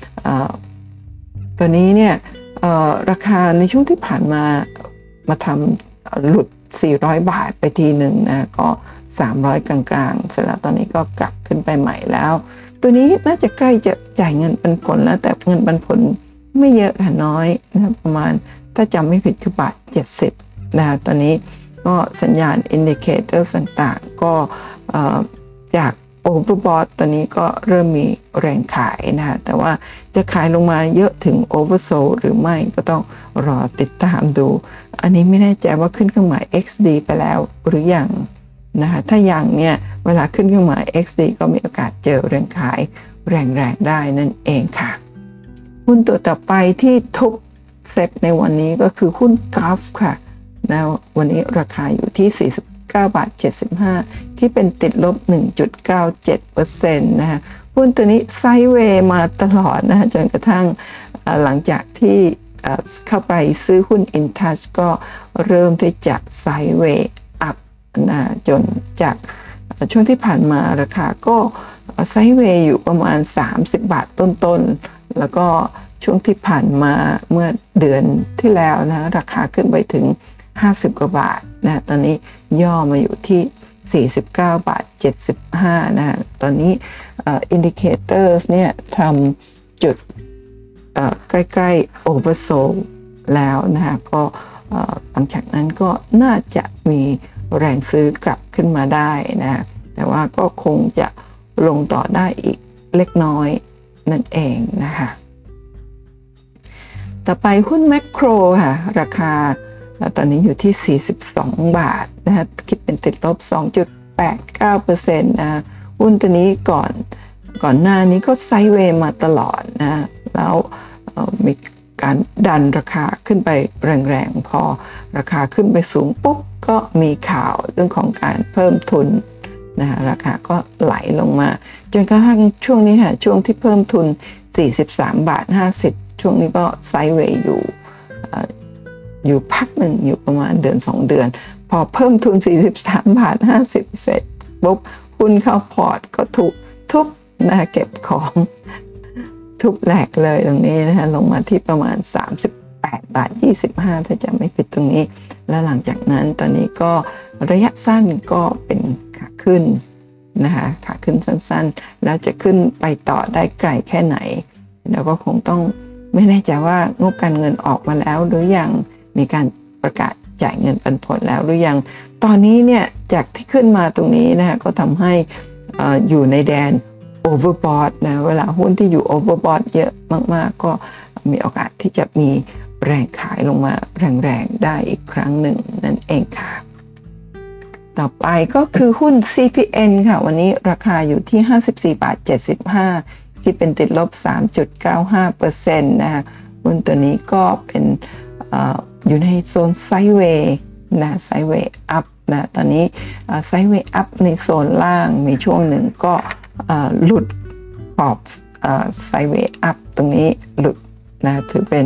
ตัวนี้เนี่ยราคาในช่วงที่ผ่านมามาทำหลุดสี่ร้อยบาทไปทีหนึ่งนะก็สามร้อยกลางๆเสร็จแล้วตอนนี้ก็กลับขึ้นไปใหม่แล้วตัวนี้น่าจะใกล้จะจ่ายเงินปันผลแล้วแต่เงินปันผลไม่เยอะค่ะน้อยนะประมาณถ้าจำไม่ผิดคือบาทเจ็ดสิบนะตอนนี้ก็สัญญาณอินดิเคเตอร์ต่างๆก็จากโอเวอร์บอทตอนนี้ก็เริ่มมีแรงขายนะแต่ว่าจะขายลงมาเยอะถึงโอเวอร์โซลหรือไม่ก็ต้องรอติดตามดูอันนี้ไม่แน่ใจว่าขึ้นเครื่องหมาย เอ็กซ์ ดี ไปแล้วหรือยังนะคะถ้ายังเนี่ยเวลาขึ้นเครื่องหมาย เอ็กซ์ ดี ก็มีโอกาสเจอแรงขายแรงๆได้นั่นเองค่ะหุ้นตัวต่อไปที่ทุบเซ็ตในวันนี้ก็คือหุ้นกราฟค่ะนะวันนี้ราคาอยู่ที่สี่สิบเก้าบาทเจ็ดสิบห้าที่เป็นติดลบ หนึ่งจุดเก้าเจ็ดเปอร์เซ็นต์ นะคะหุ้นตัวนี้ไซด์เวย์มาตลอดนะจนกระทั่งหลังจากที่เข้าไปซื้อหุ้น InTouch ก็เริ่มที่จะไซด์เวย์อัพนะจนจากช่วงที่ผ่านมาราคาก็ไซด์เวย์อยู่ประมาณสามสิบบาทต้นๆแล้วก็ช่วงที่ผ่านมาเมื่อเดือนที่แล้วนะราคาขึ้นไปถึงห้าสิบกว่าบาทนะตอนนี้ย่อมาอยู่ที่สี่สิบเก้าบาทเจ็ดสิบห้านะตอนนี้อินดิเคเตอร์เนี่ยทำจุดใกล้ๆ oversold แล้วนะก็หลังจากนั้นก็น่าจะมีแรงซื้อกลับขึ้นมาได้นะแต่ว่าก็คงจะลงต่อได้อีกเล็กน้อยนั่นเองนะคะต่อไปหุ้นแมคโครค่ะราคาตอนนี้อยู่ที่สี่สิบสองบาทนะฮะคิดเป็นติดลบ สองจุดแปดเก้าเปอร์เซ็นต์ นะหุ้นตัวนี้ก่อนก่อนหน้านี้ก็ไซด์เวย์มาตลอดนะแล้วมีการดันราคาขึ้นไปแรงๆพอราคาขึ้นไปสูงปุ๊บก็มีข่าวเรื่องของการเพิ่มทุนนะราคาก็ไหลลงมาจนกระทั่งช่วงนี้ค่ะช่วงที่เพิ่มทุนสี่สิบสามบาทห้าสิบช่วงนี้ก็ไซด์เวย์อยู่อยู่พักหนึ่งอยู่ประมาณเดือนสองเดือนพอเพิ่มทุนสี่สิบสามบาทห้าสิบเสร็จปุ๊บหุ้นเข้าพอร์ตก็ถูกทุบนะเก็บของทุบแหลกเลยตรงนี้นะคะลงมาที่ประมาณสามสิบแปดบาทยี่สิบห้าถ้าจะไม่ผิดตรงนี้แล้วหลังจากนั้นตอนนี้ก็ระยะสั้นก็เป็นขาขึ้นนะคะขาขึ้นสั้นๆแล้วจะขึ้นไปต่อได้ไกลแค่ไหนแล้วก็คงต้องไม่แน่ใจว่างบการเงินออกมาแล้วหรือยังมีการประกาศจ่ายเงินปันผลแล้วหรือยังตอนนี้เนี่ยจากที่ขึ้นมาตรงนี้นะคะก็ทำให้ออยู่ในแดน overbought นะเวลาหุ้นที่อยู่ overbought เยอะมากๆก็มีโอกาสที่จะมีแรงขายลงมาแรงๆได้อีกครั้งหนึ่งนั่นเองค่ะต่อไปก็คือหุ้น ซี พี เอ็น ค่ะวันนี้ราคาอยู่ที่ห้าสิบสี่บาทเจ็ดสิบห้าคิดเป็นติดลบ สามจุดเก้าห้าเปอร์เซ็นต์ นะคะหุ้นตัวนี้ก็เป็น อ, อยู่ในโซนไซด์เวย์นะไซด์เวย์อัพนะตอนนี้ไซด์เวย์อัพในโซนล่างมีช่วงหนึ่งก็หลุดขอบไซด์เวย์อัพตรงนี้หลุดนะถือเป็น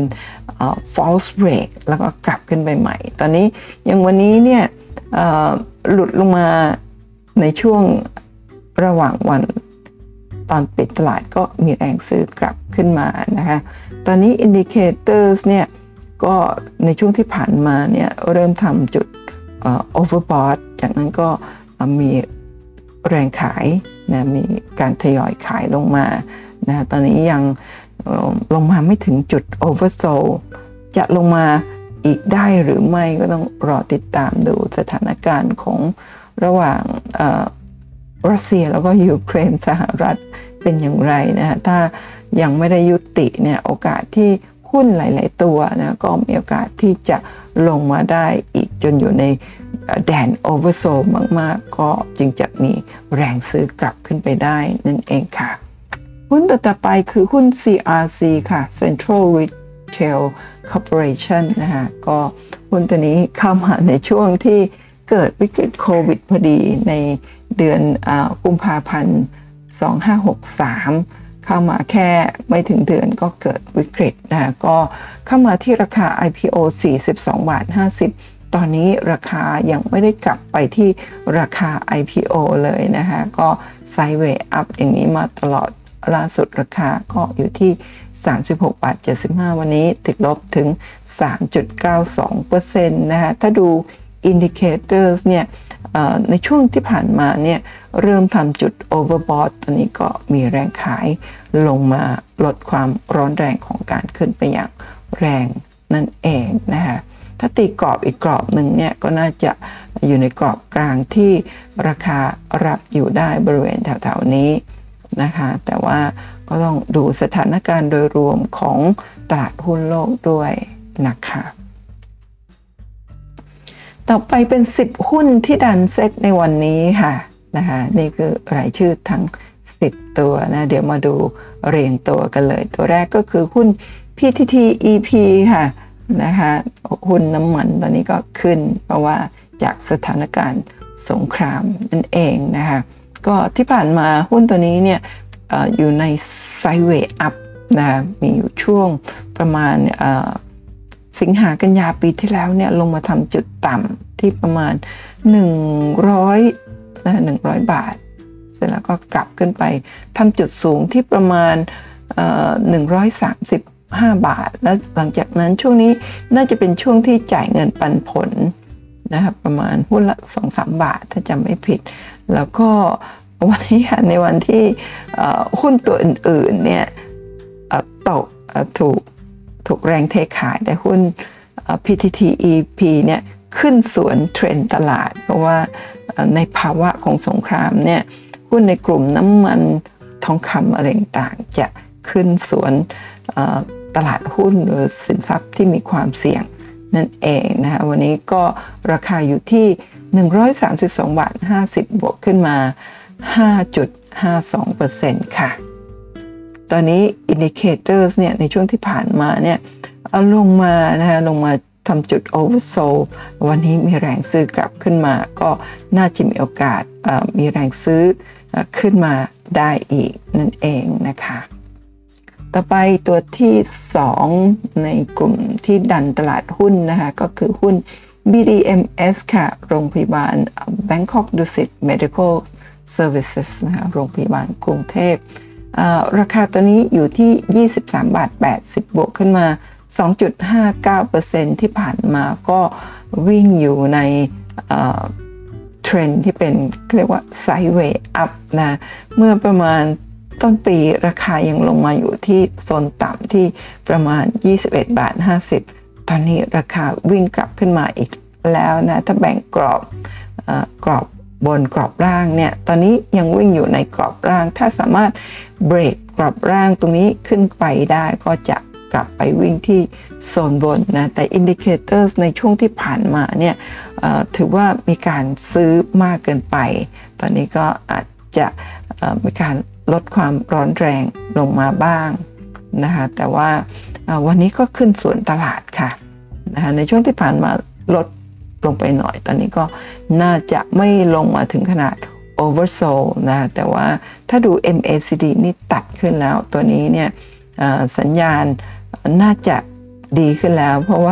false break แล้วก็กลับขึ้นไปใหม่ตอนนี้อย่างวันนี้เนี่ยหลุดลงมาในช่วงระหว่างวันตอนปิดตลาดก็มีแรงซื้อกลับขึ้นมานะคะตอนนี้ indicators เนี่ยก็ในช่วงที่ผ่านมาเนี่ยเริ่มทำจุด overbought จากนั้นก็มีแรงขายนะมีการทยอยขายลงมานะตอนนี้ยังลงมาไม่ถึงจุด oversold จะลงมาอีกได้หรือไม่ก็ต้องรอติดตามดูสถานการณ์ของระหว่างรัสเซียแล้วก็ยูเครนสหรัฐเป็นอย่างไรนะถ้ายังไม่ได้ยุติเนี่ยโอกาสที่หุ้นหลายๆตัวนะก็มีโอกาสที่จะลงมาได้อีกจนอยู่ในแดนโอเวอร์โซลมากๆก็จึงจะมีแรงซื้อกลับขึ้นไปได้นั่นเองค่ะหุ้นตัวต่อไปคือหุ้น ซี อาร์ ซี ค่ะ Central Retail Corporation นะคะก็หุ้นตัวนี้เข้ามาในช่วงที่เกิดวิกฤตโควิดพอดีในเดือนกุมภาพันธ์สองพันห้าร้อยหกสิบสามเข้ามาแค่ไม่ถึงเดือนก็เกิดวิกฤตนะก็เข้ามาที่ราคา ไอ พี โอ สี่สิบสองบาทห้าสิบตอนนี้ราคายังไม่ได้กลับไปที่ราคา ไอ พี โอ เลยนะคะก็ไซด์เวย์อัพอย่างนี้มาตลอดล่าสุดราคาก็อยู่ที่สามสิบหกบาทเจ็ดสิบห้าวันนี้ติดลบถึง สามจุดเก้าสองเปอร์เซ็นต์ นะคะถ้าดู indicators เนี่ยในช่วงที่ผ่านมาเนี่ยเริ่มทำจุด overbought ตอนนี้ก็มีแรงขายลงมาลดความร้อนแรงของการขึ้นไปอย่างแรงนั่นเองนะคะถ้าตีกรอบอีกกรอบหนึ่งเนี่ยก็น่าจะอยู่ในกรอบกลางที่ราคารับอยู่ได้บริเวณแถวๆนี้นะคะแต่ว่าก็ต้องดูสถานการณ์โดยรวมของตลาดหุ้นโลกด้วยนะคะต่อไปเป็นสิบหุ้นที่ดันเซ็ตในวันนี้ค่ะนะคะนี่คือรายชื่อทั้งสิบตัวนะเดี๋ยวมาดูเรียงตัวกันเลยตัวแรกก็คือหุ้น พี ที ที อี พี ค่ะนะคะหุ้นน้ำมันตอนนี้ก็ขึ้นเพราะว่าจากสถานการณ์สงครามนั่นเองนะคะก็ที่ผ่านมาหุ้นตัวนี้เนี่ย อ, อยู่ในไซด์เวย์อัพนะมีอยู่ช่วงประมาณสิงหากันยาปีที่แล้วเนี่ยลงมาทำจุดต่ำที่ประมาณหนึ่งร้อยนะหนึ่งร้อยบาทเสร็จแล้วก็กลับขึ้นไปทำจุดสูงที่ประมาณหนึ่งร้อยสามสิบห้าบาทแล้วหลังจากนั้นช่วงนี้น่าจะเป็นช่วงที่จ่ายเงินปันผลนะครับประมาณหุ้นละ สองถึงสาม บาทถ้าจำไม่ผิดแล้วก็วันนี้ในวันที่หุ้นตัวอื่นๆเนี่ยตกถูกถูกแรงเทขายแต่หุ้น พี ที ที อี พี เนี่ยขึ้นสวนเทรนด์ตลาดเพราะว่าในภาวะของสงครามเนี่ยหุ้นในกลุ่มน้ำมันทองคำอะไรต่างจะขึ้นสวนตลาดหุ้นหรือสินทรัพย์ที่มีความเสี่ยงนั่นเองนะคะวันนี้ก็ราคาอยู่ที่หนึ่งร้อยสามสิบสองบาทห้าสิบบวกขึ้นมา ห้าจุดห้าสองเปอร์เซ็นต์ ค่ะตอนนี้ indicators เนี่ยในช่วงที่ผ่านมาเนี่ยลงมานะคะลงมาทำจุด oversold วันนี้มีแรงซื้อกลับขึ้นมาก็น่าจะมีโอกาสมีแรงซื้อขึ้นมาได้อีกนั่นเองนะคะต่อไปตัวที่สองในกลุ่มที่ดันตลาดหุ้นนะคะก็คือหุ้น บี ดี เอ็ม เอส ค่ะโรงพยาบาล Bangkok Dusit Medical Services นะคะโรงพยาบาลกรุงเทพราคาตัวนี้อยู่ที่ยี่สิบสามบาทแปดสิบบวกขึ้นมา สองจุดห้าเก้าเปอร์เซ็นต์ ที่ผ่านมาก็วิ่งอยู่ในเทรนด์ที่เป็นเรียกว่าไซด์เวย์อัพนะเมื่อประมาณต้นปีราคายังลงมาอยู่ที่โซนต่ำที่ประมาณยี่สิบเอ็ดบาทห้าสิบตอนนี้ราคาวิ่งกลับขึ้นมาอีกแล้วนะถ้าแบ่งกรอบกรอบบนกรอบล่างเนี่ยตอนนี้ยังวิ่งอยู่ในกรอบล่างถ้าสามารถเบรกกรอบล่างตรงนี้ขึ้นไปได้ก็จะกลับไปวิ่งที่โซนบนนะแต่อินดิเคเตอร์ในช่วงที่ผ่านมาเนี่ยถือว่ามีการซื้อมากเกินไปตอนนี้ก็อาจจะมีการลดความร้อนแรงลงมาบ้างนะคะแต่ว่าวันนี้ก็ขึ้นสวนตลาดค่ะนะคะในช่วงที่ผ่านมาลดลงไปหน่อยตอนนี้ก็น่าจะไม่ลงมาถึงขนาด oversold นะแต่ว่าถ้าดู เอ็ม เอ ซี ดี นี่ตัดขึ้นแล้วตัวนี้เนี่ยสัญญาณน่าจะดีขึ้นแล้วเพราะว่า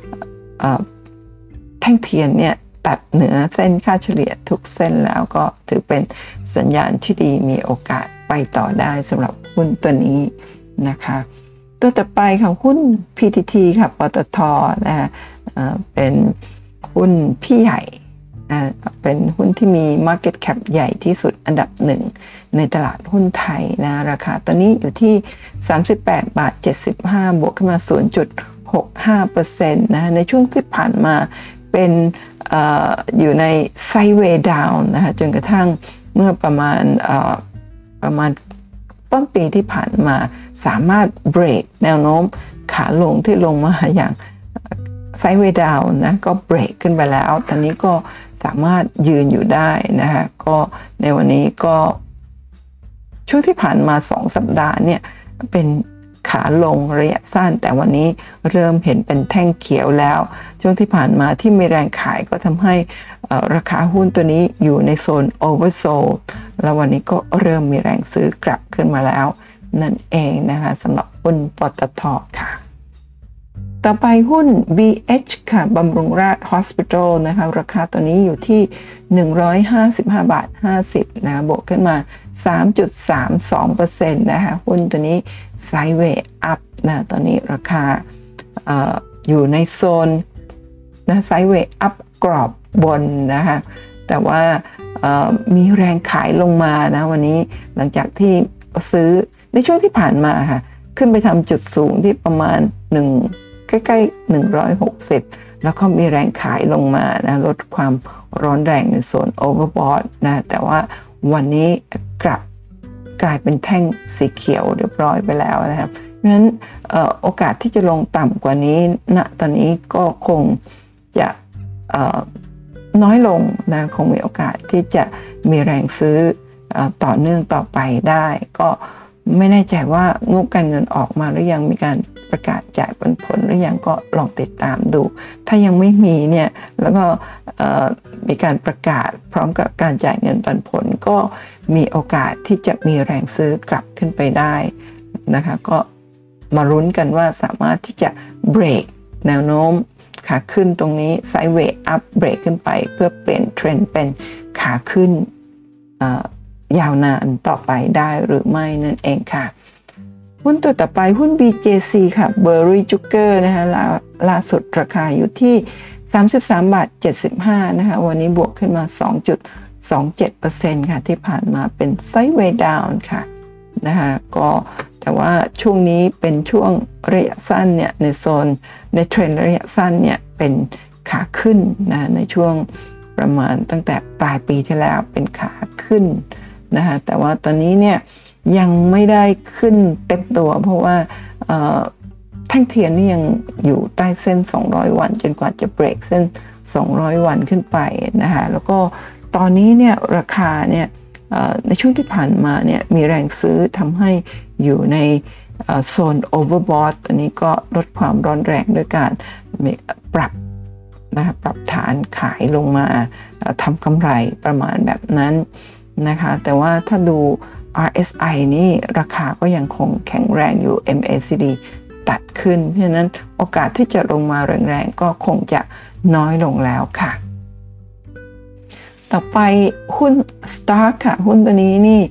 แท่งเทียนเนี่ยตัดเหนือเส้นค่าเฉลี่ยทุกเส้นแล้วก็ถือเป็นสัญญาณที่ดีมีโอกาสไปต่อได้สำหรับหุ้นตัวนี้นะคะตัวต่อไปค่ะหุ้น พี ที ที ค่ะปตท.นะเป็นหุ้นพี่ใหญ่เป็นหุ้นที่มี Market Cap ใหญ่ที่สุดอันดับหนึ่งในตลาดหุ้นไทยนะราคาตอนนี้อยู่ที่สามสิบแปดบาทเจ็ดสิบห้าบวกขึ้นมา ศูนย์จุดหกห้าเปอร์เซ็นต์ นะในช่วงที่ผ่านมาเป็น อ, อยู่ในไซด์เวย์ดาวน์นะคะจนกระทั่งเมื่อประมาณประมาณต้นปีที่ผ่านมาสามารถเบรกแนวโน้มขาลงที่ลงมาอย่างไซด์เวย์ดาวน์นะก็เบรกขึ้นไปแล้วตอนนี้ก็สามารถยืนอยู่ได้นะคะก็ในวันนี้ก็ช่วงที่ผ่านมาสองสัปดาห์เนี่ยเป็นขาลงระยะสั้นแต่วันนี้เริ่มเห็นเป็นแท่งเขียวแล้วช่วงที่ผ่านมาที่มีแรงขายก็ทำให้ราคาหุ้นตัวนี้อยู่ในโซน oversold แล้ววันนี้ก็เริ่มมีแรงซื้อกลับขึ้นมาแล้วนั่นเองนะคะสำหรับหุ้นปตท.ค่ะต่อไปหุ้น บี เอช ค่ะบำรุงราษฎร์ Hospital นะคะราคาตัวนี้อยู่ที่หนึ่งร้อยห้าสิบห้าบาทห้าสิบนะบวกขึ้นมา สามจุดสามสองเปอร์เซ็นต์ นะคะหุ้นตัวนี้ไซด์เวย์อัพนะตอนนี้ราคา อ, อยู่ในโซนนะไซด์เวย์อัพกรอบบนนะคะแต่ว่ามีแรงขายลงมานะวันนี้หลังจากที่ซื้อในช่วงที่ผ่านมาค่ะขึ้นไปทำจุดสูงที่ประมาณหนึ่งใกล้ๆหนึ่งร้อยหกสิบแล้วก็มีแรงขายลงมานะลดความร้อนแรงในโซนโอเวอร์บอทนะแต่ว่าวันนี้กลับกลายเป็นแท่งสีเขียวเรียบร้อยไปแล้วนะครับเพราะฉะนั้นโอกาสที่จะลงต่ำกว่านี้ณตอนนี้ก็คงจะน้อยลงนะคงมีโอกาสที่จะมีแรงซื้อต่อเนื่องต่อไปได้ก็ไม่แน่ใจว่างบการเงินออกมาหรือยังมีการประกาศจ่ายปันผลหรือยังก็ลองติดตามดูถ้ายังไม่มีเนี่ยแล้วก็มีการประกาศพร้อมกับการจ่ายเงินปันผลก็มีโอกาสที่จะมีแรงซื้อกลับขึ้นไปได้นะคะก็มาลุ้นกันว่าสามารถที่จะเบรกแนวโน้มขาขึ้นตรงนี้ไซด์เวย์อัพเบรกขึ้นไปเพื่อเปลี่ยนเทรนด์เป็นขาขึ้นยาวนานต่อไปได้หรือไม่นั่นเองค่ะหุ้นตัวต่อไปหุ้น บี เจ ซี ค่ะ Berry Sugar นะคะล่าล่าสุดราคาอยู่ที่สามสิบสามบาทเจ็ดสิบห้านะคะวันนี้บวกขึ้นมา สองจุดสองเจ็ดเปอร์เซ็นต์ ค่ะที่ผ่านมาเป็นไซด์เวย์ดาวน์ค่ะนะคะก็แต่ว่าช่วงนี้เป็นช่วงระยะสั้นเนี่ยในโซนในเทรนด์ระยะสั้นเนี่ยเป็นขาขึ้นนะในช่วงประมาณตั้งแต่ปลายปีที่แล้วเป็นขาขึ้นนะคะแต่ว่าตอนนี้เนี่ยยังไม่ได้ขึ้นเต็มตัวเพราะว่าแท่งเทียนนี่ยังอยู่ใต้เส้นสองร้อยวันจนกว่าจะเบรกเส้นสองร้อยวันขึ้นไปนะคะแล้วก็ตอนนี้เนี่ยราคาเนี่ยในช่วงที่ผ่านมาเนี่ยมีแรงซื้อทำให้อยู่ในโซนโอเวอร์บอทตอนนี้ก็ลดความร้อนแรงด้วยการปรับนะคะปรับฐานขายลงมาทำกำไรประมาณแบบนั้นนะคะแต่ว่าถ้าดู อาร์ เอส ไอ นี่ราคาก็ยังคงแข็งแรงอยู่ เอ็ม เอ ซี ดี ตัดขึ้นเพราะฉะนั้นโอกาสที่จะลงมาแรงๆก็คงจะน้อยลงแล้วค่ะต่อไปหุ้น Stark ค่ะหุ้นตัวนี้นี่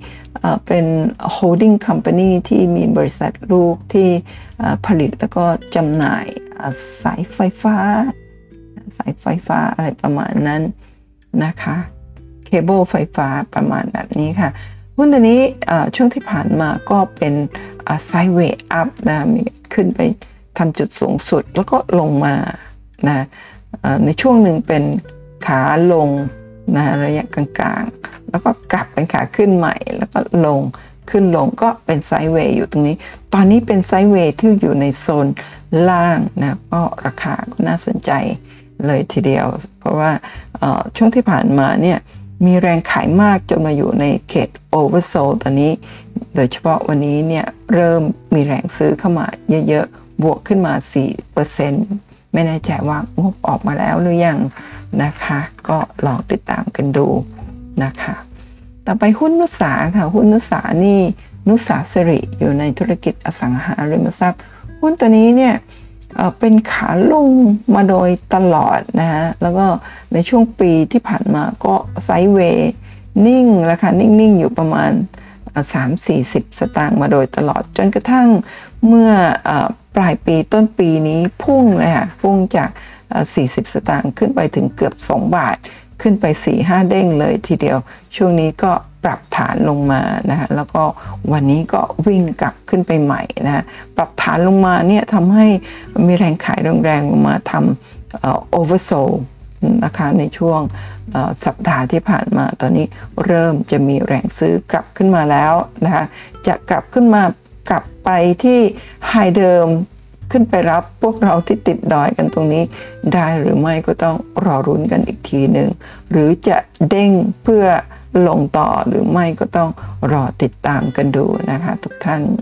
เป็น holding company ที่มีบริษัทลูกที่ผลิตแล้วก็จำหน่ายสายไฟฟ้าสายไฟฟ้าอะไรประมาณนั้นนะคะเคเบิลไฟฟ้าประมาณแบบนี้ค่ะหุ้นตัวนี้ช่วงที่ผ่านมาก็เป็นไซด์เวย์อัพนะมีขึ้นไปทำจุดสูงสุดแล้วก็ลงมานะในช่วงหนึ่งเป็นขาลงนะระยะกลางๆแล้วก็กลับเป็นขาขึ้นใหม่แล้วก็ลงขึ้นลงก็เป็นไซด์เวย์อยู่ตรงนี้ตอนนี้เป็นไซด์เวย์ที่อยู่ในโซนล่างนะก็ราคาก็น่าสนใจเลยทีเดียวเพราะว่าช่วงที่ผ่านมาเนี่ยมีแรงขายมากจนมาอยู่ในเขตโอเวอร์โซลตอนนี้โดยเฉพาะวันนี้เนี่ยเริ่มมีแรงซื้อเข้ามาเยอะๆบวกขึ้นมา สี่เปอร์เซ็นต์ ไม่แน่ใจว่างบออกมาแล้วหรือยังนะคะก็ลองติดตามกันดูนะคะต่อไปหุ้นนุสาค่ะหุ้นนุสานี่นุสาสิริอยู่ในธุรกิจอสังหาริมทรัพย์หุ้นตัวนี้เนี่ยเป็นขาลงมาโดยตลอดนะฮะแล้วก็ในช่วงปีที่ผ่านมาก็ไซด์เวย์นิ่งราคานิ่งๆอยู่ประมาณ สามถึงสี่สิบ สตางค์มาโดยตลอดจนกระทั่งเมื่อปลายปีต้นปีนี้พุ่งเลยค่ะพุ่งจากสี่สิบสตางค์ขึ้นไปถึงเกือบสองบาทขึ้นไป สี่ห้า เด้งเลยทีเดียวช่วงนี้ก็ปรับฐานลงมานะคะแล้วก็วันนี้ก็วิ่งกลับขึ้นไปใหม่นะปรับฐานลงมาเนี่ยทำให้มีแรงขายแรงๆลงมาทำโอเวอร์โซลนะคะในช่วงสัปดาห์ที่ผ่านมาตอนนี้เริ่มจะมีแรงซื้อกลับขึ้นมาแล้วนะคะจะกลับขึ้นมากลับไปที่ไฮเดิมขึ้นไปรับพวกเราที่ติดดอยกันตรงนี้ได้หรือไม่ก็ต้องรอรุ้นกันอีกทีหนึ่งหรือจะเด้งเพื่อลงต่อหรือไม่ก็ต้องรอติดตามกันดูนะคะทุกท่าน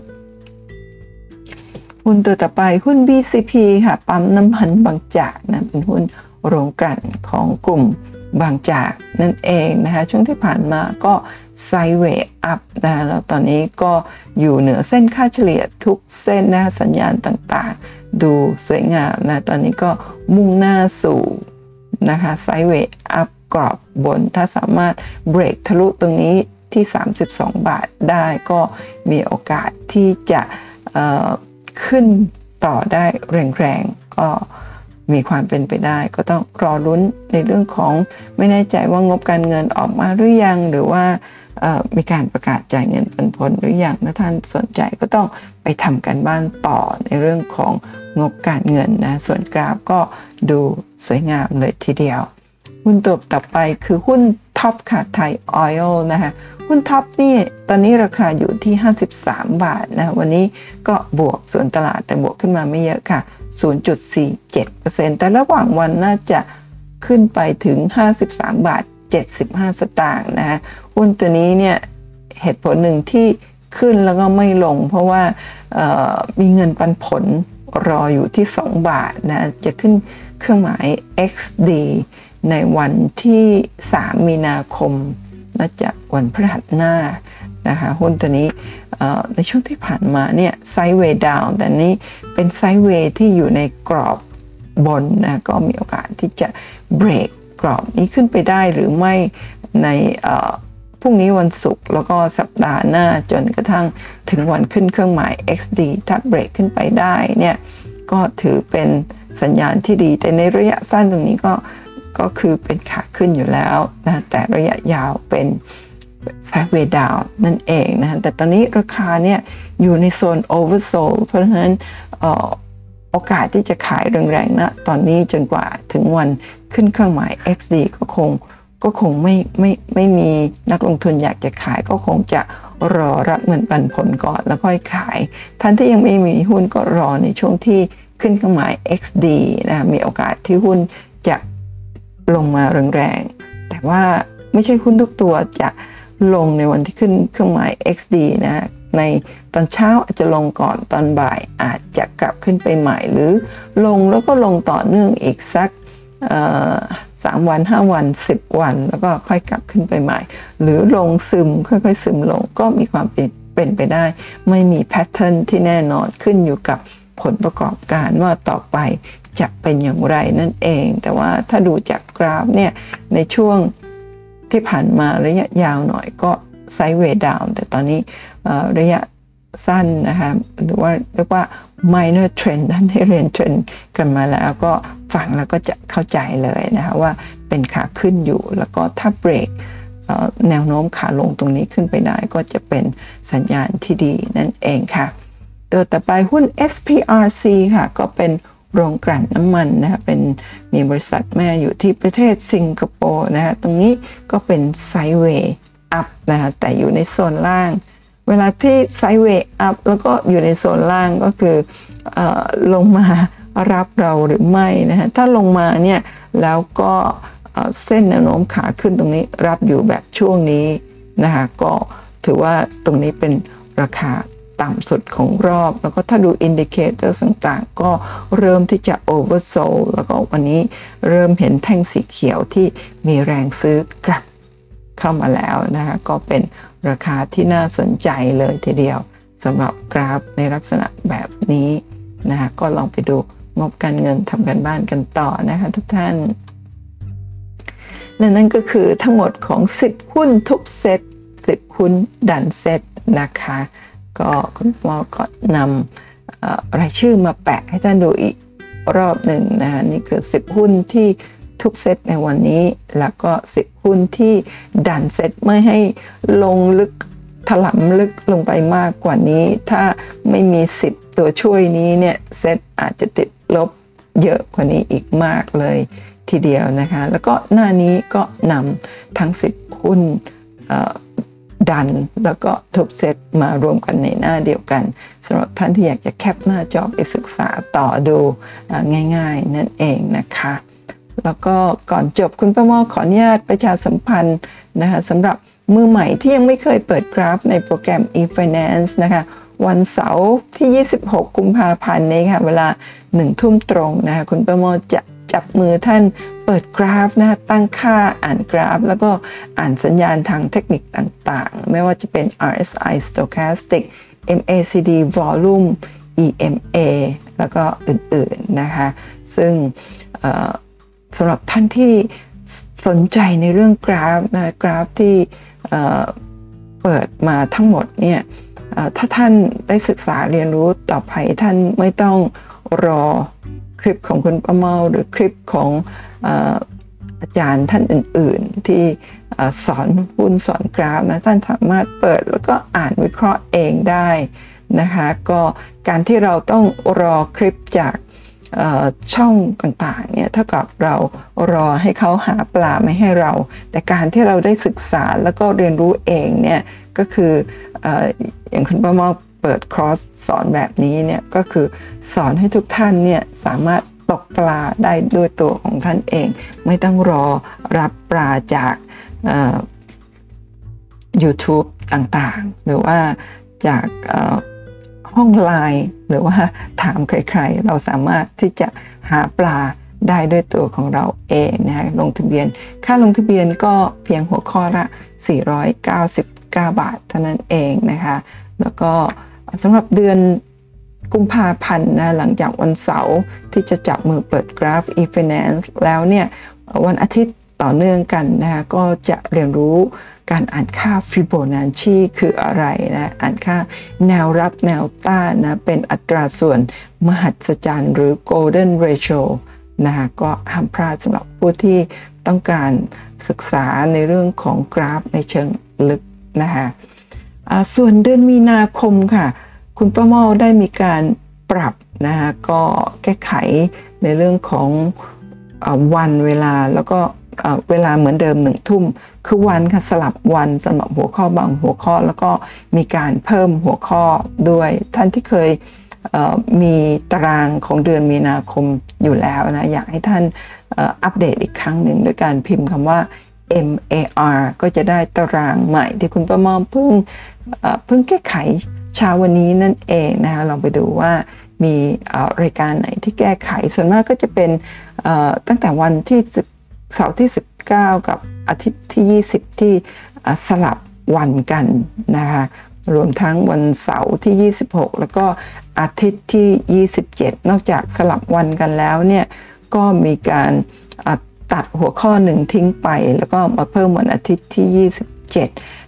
หุ้นตัวต่อไปหุ้น บี ซี พี ค่ะปั๊มน้ำมันบางจากนะเป็นหุ้นโรงกลั่นของกลุ่มบางจากนั่นเองนะคะช่วงที่ผ่านมาก็ไซด์เวย์อัพนะแล้วตอนนี้ก็อยู่เหนือเส้นค่าเฉลี่ยทุกเส้นนะสัญญาณต่างๆดูสวยงามนะตอนนี้ก็มุ่งหน้าสู่นะคะไซด์เวย์อัพกรอบบนถ้าสามารถเบรกทะลุตรงนี้ที่สามสิบสองบาทได้ก็มีโอกาสที่จะขึ้นต่อได้แรงๆก็มีความเป็นไปได้ก็ต้องรอลุ้นในเรื่องของไม่แน่ใจว่างบการเงินออกมาหรือยังหรือว่ามีการประกาศจ่ายเงินปันผลหรือยังถ้าท่านสนใจก็ต้องไปทำกันบ้านต่อในเรื่องของงบการเงินนะส่วนกราฟก็ดูสวยงามเลยทีเดียวหุ้นตัวต่อไปคือหุ้นท็อปค่ะไทยออยล์นะคะหุ้นท็อปนี่ตอนนี้ราคาอยู่ที่ห้าสิบสามบาทนะวันนี้ก็บวกส่วนตลาดแต่บวกขึ้นมาไม่เยอะค่ะ ศูนย์จุดสี่เจ็ดเปอร์เซ็นต์ แต่ระหว่างวันน่าจะขึ้นไปถึงห้าสิบสามบาทเจ็ดสิบห้าสตางค์นะฮะหุ้นตัวนี้เนี่ยเหตุผลหนึ่งที่ขึ้นแล้วก็ไม่ลงเพราะว่ามีเงินปันผลรออยู่ที่สองบาทนะจะขึ้นเครื่องหมาย เอ็กซ์ ดี ในวันที่สามมีนาคมน่าจะวันพฤหัสหน้านะคะหุ้นตัวนี้ในช่วงที่ผ่านมาเนี่ยไซด์เวย์ดาวน์แต่นี้เป็นไซด์เวย์ที่อยู่ในกรอบบนนะก็มีโอกาสที่จะเบรกกรอบนี้ขึ้นไปได้หรือไม่ในพรุ่งนี้วันศุกร์แล้วก็สัปดาห์หน้าจนกระทั่งถึงวันขึ้นเครื่องหมาย เอ็กซ์ ดี ถ้าเบรกขึ้นไปได้เนี่ยก็ถือเป็นสัญญาณที่ดีแต่ในระยะสั้นตรงนี้ก็ก็คือเป็นขาขึ้นอยู่แล้วนะแต่ระยะยาวเป็นไซด์เวย์ดาวน์นั่นเองนะแต่ตอนนี้ราคาเนี่ยอยู่ในโซนโอเวอร์โซลเพราะฉะนั้นโอกาสที่จะขายแรงๆนะตอนนี้จนกว่าถึงวันขึ้นเครื่องหมาย เอ็กซ์ ดี ก็คงก็คงไม่ไม่ไม่มีนักลงทุนอยากจะขายก็คงจะรอรับเงินปันผลก่อนแล้วค่อยขายท่านที่ยังไม่มีหุ้นก็รอในช่วงที่ขึ้นเครื่องหมาย เอ็กซ์ ดี นะมีโอกาสที่หุ้นจะลงมาแรงๆแต่ว่าไม่ใช่หุ้นทุกตัวจะลงในวันที่ขึ้นเครื่องหมาย เอ็กซ์ ดี นะในตอนเช้าอาจจะลงก่อนตอนบ่ายอาจจะกลับขึ้นไปใหม่หรือลงแล้วก็ลงต่อเนื่องอีกสักสามวันห้าวันสิบวันแล้วก็ค่อยกลับขึ้นไปใหม่หรือลงซึมค่อยๆซึมลงก็มีความเป็นไปได้ไม่มีแพทเทิร์นที่แน่นอนขึ้นอยู่กับผลประกอบการว่าต่อไปจะเป็นอย่างไรนั่นเองแต่ว่าถ้าดูจากกราฟเนี่ยในช่วงที่ผ่านมาระยะยาวหน่อยก็ไซด์เวย์ดาวน์แต่ตอนนี้ระยะสั้นนะคะหรือว่าเรียกว่า minor trend ท่านได้เรียนเทรนด์กันมาแล้วก็ฟังแล้วก็จะเข้าใจเลยนะคะว่าเป็นขาขึ้นอยู่แล้วก็ถ้าเบรกแนวโน้มขาลงตรงนี้ขึ้นไปได้ก็จะเป็นสัญญาณที่ดีนั่นเองค่ะตัวต่อไปหุ้น เอส พี อาร์ ซี ค่ะก็เป็นโรงกลั่นน้ำมันนะคะเป็นมีบริษัทแม่อยู่ที่ประเทศสิงคโปร์นะคะตรงนี้ก็เป็นไซด์เวย์อัพนะคะแต่อยู่ในโซนล่างเวลาที่ไซด์เวย์อัพแล้วก็อยู่ในโซนล่างก็คือเอ่อลงมารับเราหรือไม่นะคะถ้าลงมาเนี่ยแล้วก็เส้นแนวโน้มขาขึ้นตรงนี้รับอยู่แบบช่วงนี้นะคะก็ถือว่าตรงนี้เป็นราคาต่ำสุดของรอบแล้วก็ถ้าดูอินดิเคเตอร์ต่างๆก็เริ่มที่จะโอเวอร์โซลแล้วก็วันนี้เริ่มเห็นแท่งสีเขียวที่มีแรงซื้อกลับเข้ามาแล้วนะคะก็เป็นราคาที่น่าสนใจเลยทีเดียวสำหรับกราฟในลักษณะแบบนี้นะคะก็ลองไปดูงบการเงินทำกันบ้านกันต่อนะคะทุกท่านและนั่นก็คือทั้งหมดของสิบหุ้นทุกเซตสิบหุ้นดันเซตนะคะก็คุณหมอก็นำรายชื่อมาแปะให้ท่านดูอีกรอบหนึ่งนะคะนี่คือสิบหุ้นที่ทุกเซตในวันนี้แล้วก็สิบหุ้นที่ดันเซตไม่ให้ลงลึกถลำลึกลงไปมากกว่านี้ถ้าไม่มีสิบตัวช่วยนี้เนี่ยเซตอาจจะติดลบเยอะกว่านี้อีกมากเลยทีเดียวนะคะแล้วก็หน้านี้ก็นำทั้งสิบหุ้นดันแล้วก็ทุกเซตมารวมกันในหน้าเดียวกันสำหรับท่านที่อยากจะแคปหน้าจอไปศึกษาต่อดูง่ายๆนั่นเองนะคะแล้วก็ก่อนจบคุณประมอขออนุญาตประชาสัมพันธ์นะคะสำหรับมือใหม่ที่ยังไม่เคยเปิดกราฟในโปรแกรม e-finance นะคะวันเสาร์ที่ยี่สิบหกกุมภาพันธ์นี้ค่ะเวลาหนึ่งทุ่มตรงนะคะคุณประมอจะจับมือท่านเปิดกราฟนะตั้งค่าอ่านกราฟแล้วก็อ่านสัญญาณทางเทคนิคต่างๆไม่ว่าจะเป็น อาร์ เอส ไอ Stochastic เอ็ม เอ ซี ดี Volume อี เอ็ม เอ แล้วก็อื่นๆนะคะซึ่งสำหรับท่านที่สนใจในเรื่องกราฟนะกราฟที่เปิดมาทั้งหมดเนี่ยถ้าท่านได้ศึกษาเรียนรู้ต่อไปท่านไม่ต้องรอคลิปของคุณประเมาหรือคลิปของอาจารย์ท่านอื่นๆที่สอนหุ้นสอนกราฟนะท่านสามารถเปิดแล้วก็อ่านวิเคราะห์เองได้นะคะก็การที่เราต้องรอคลิปจากช่องต่างๆเนี่ยเท่ากับเรารอให้เขาหาปลาไม่ให้เราแต่การที่เราได้ศึกษาแล้วก็เรียนรู้เองเนี่ยก็คืออย่างคุณประเมาเปิดคอร์สสอนแบบนี้เนี่ยก็คือสอนให้ทุกท่านเนี่ยสามารถตกปลาได้ด้วยตัวของท่านเองไม่ต้องรอรับปลาจาก YouTube ต่างๆหรือว่าจากห้องไลน์หรือว่าถามใครๆเราสามารถที่จะหาปลาได้ด้วยตัวของเราเองนะคะลงทะเบียนค่าลงทะเบียนก็เพียงหัวข้อละสี่ร้อยเก้าสิบเก้าบาทเท่านั้นเองนะคะแล้วก็สำหรับเดือนกุมภาพันธ์นะหลังจากวันเสาร์ที่จะจับมือเปิดกราฟ e-finance แล้วเนี่ยวันอาทิตย์ต่อเนื่องกันนะคะก็จะเรียนรู้การอ่านค่าฟิโบนัชชีคืออะไรนะอ่านค่าแนวรับแนวต้านนะเป็นอัตราส่วนมหัศจรรย์หรือ golden ratio นะคะก็ห้ามพลาดสำหรับผู้ที่ต้องการศึกษาในเรื่องของกราฟในเชิงลึกนะคะส่วนเดือนมีนาคมค่ะคุณป้าเมาได้มีการปรับนะคะก็แก้ไขในเรื่องของวันเวลาแล้วก็เวลาเหมือนเดิมหนึ่งทุ่มคือวันค่ะสลับวันสำหรับหัวข้อบางหัวข้อแล้วก็มีการเพิ่มหัวข้อด้วยท่านที่เคยมีตารางของเดือนมีนาคมอยู่แล้วนะอยากให้ท่านอัปเดตอีกครั้งหนึ่งด้วยการพิมพ์คำว่า เอ็ม เอ อาร์ ก็จะได้ตารางใหม่ที่คุณประมอมเพิ่งเพิ่งแก้ไขเช้าวันนี้นั่นเองนะคะลองไปดูว่ามีรายการไหนที่แก้ไขส่วนมากก็จะเป็นตั้งแต่วันที่เสาร์ที่สิบเก้ากับอาทิตย์ที่ยี่สิบที่สลับวันกันนะคะรวมทั้งวันเสาร์ที่ยี่สิบหกแล้วก็อาทิตย์ที่ยี่สิบเจ็ดนอกจากสลับวันกันแล้วเนี่ยก็มีการตัดหัวข้อหนึ่งทิ้งไปแล้วก็มาเพิ่มวันอาทิตย์ที่ยี่สิบเจ็ด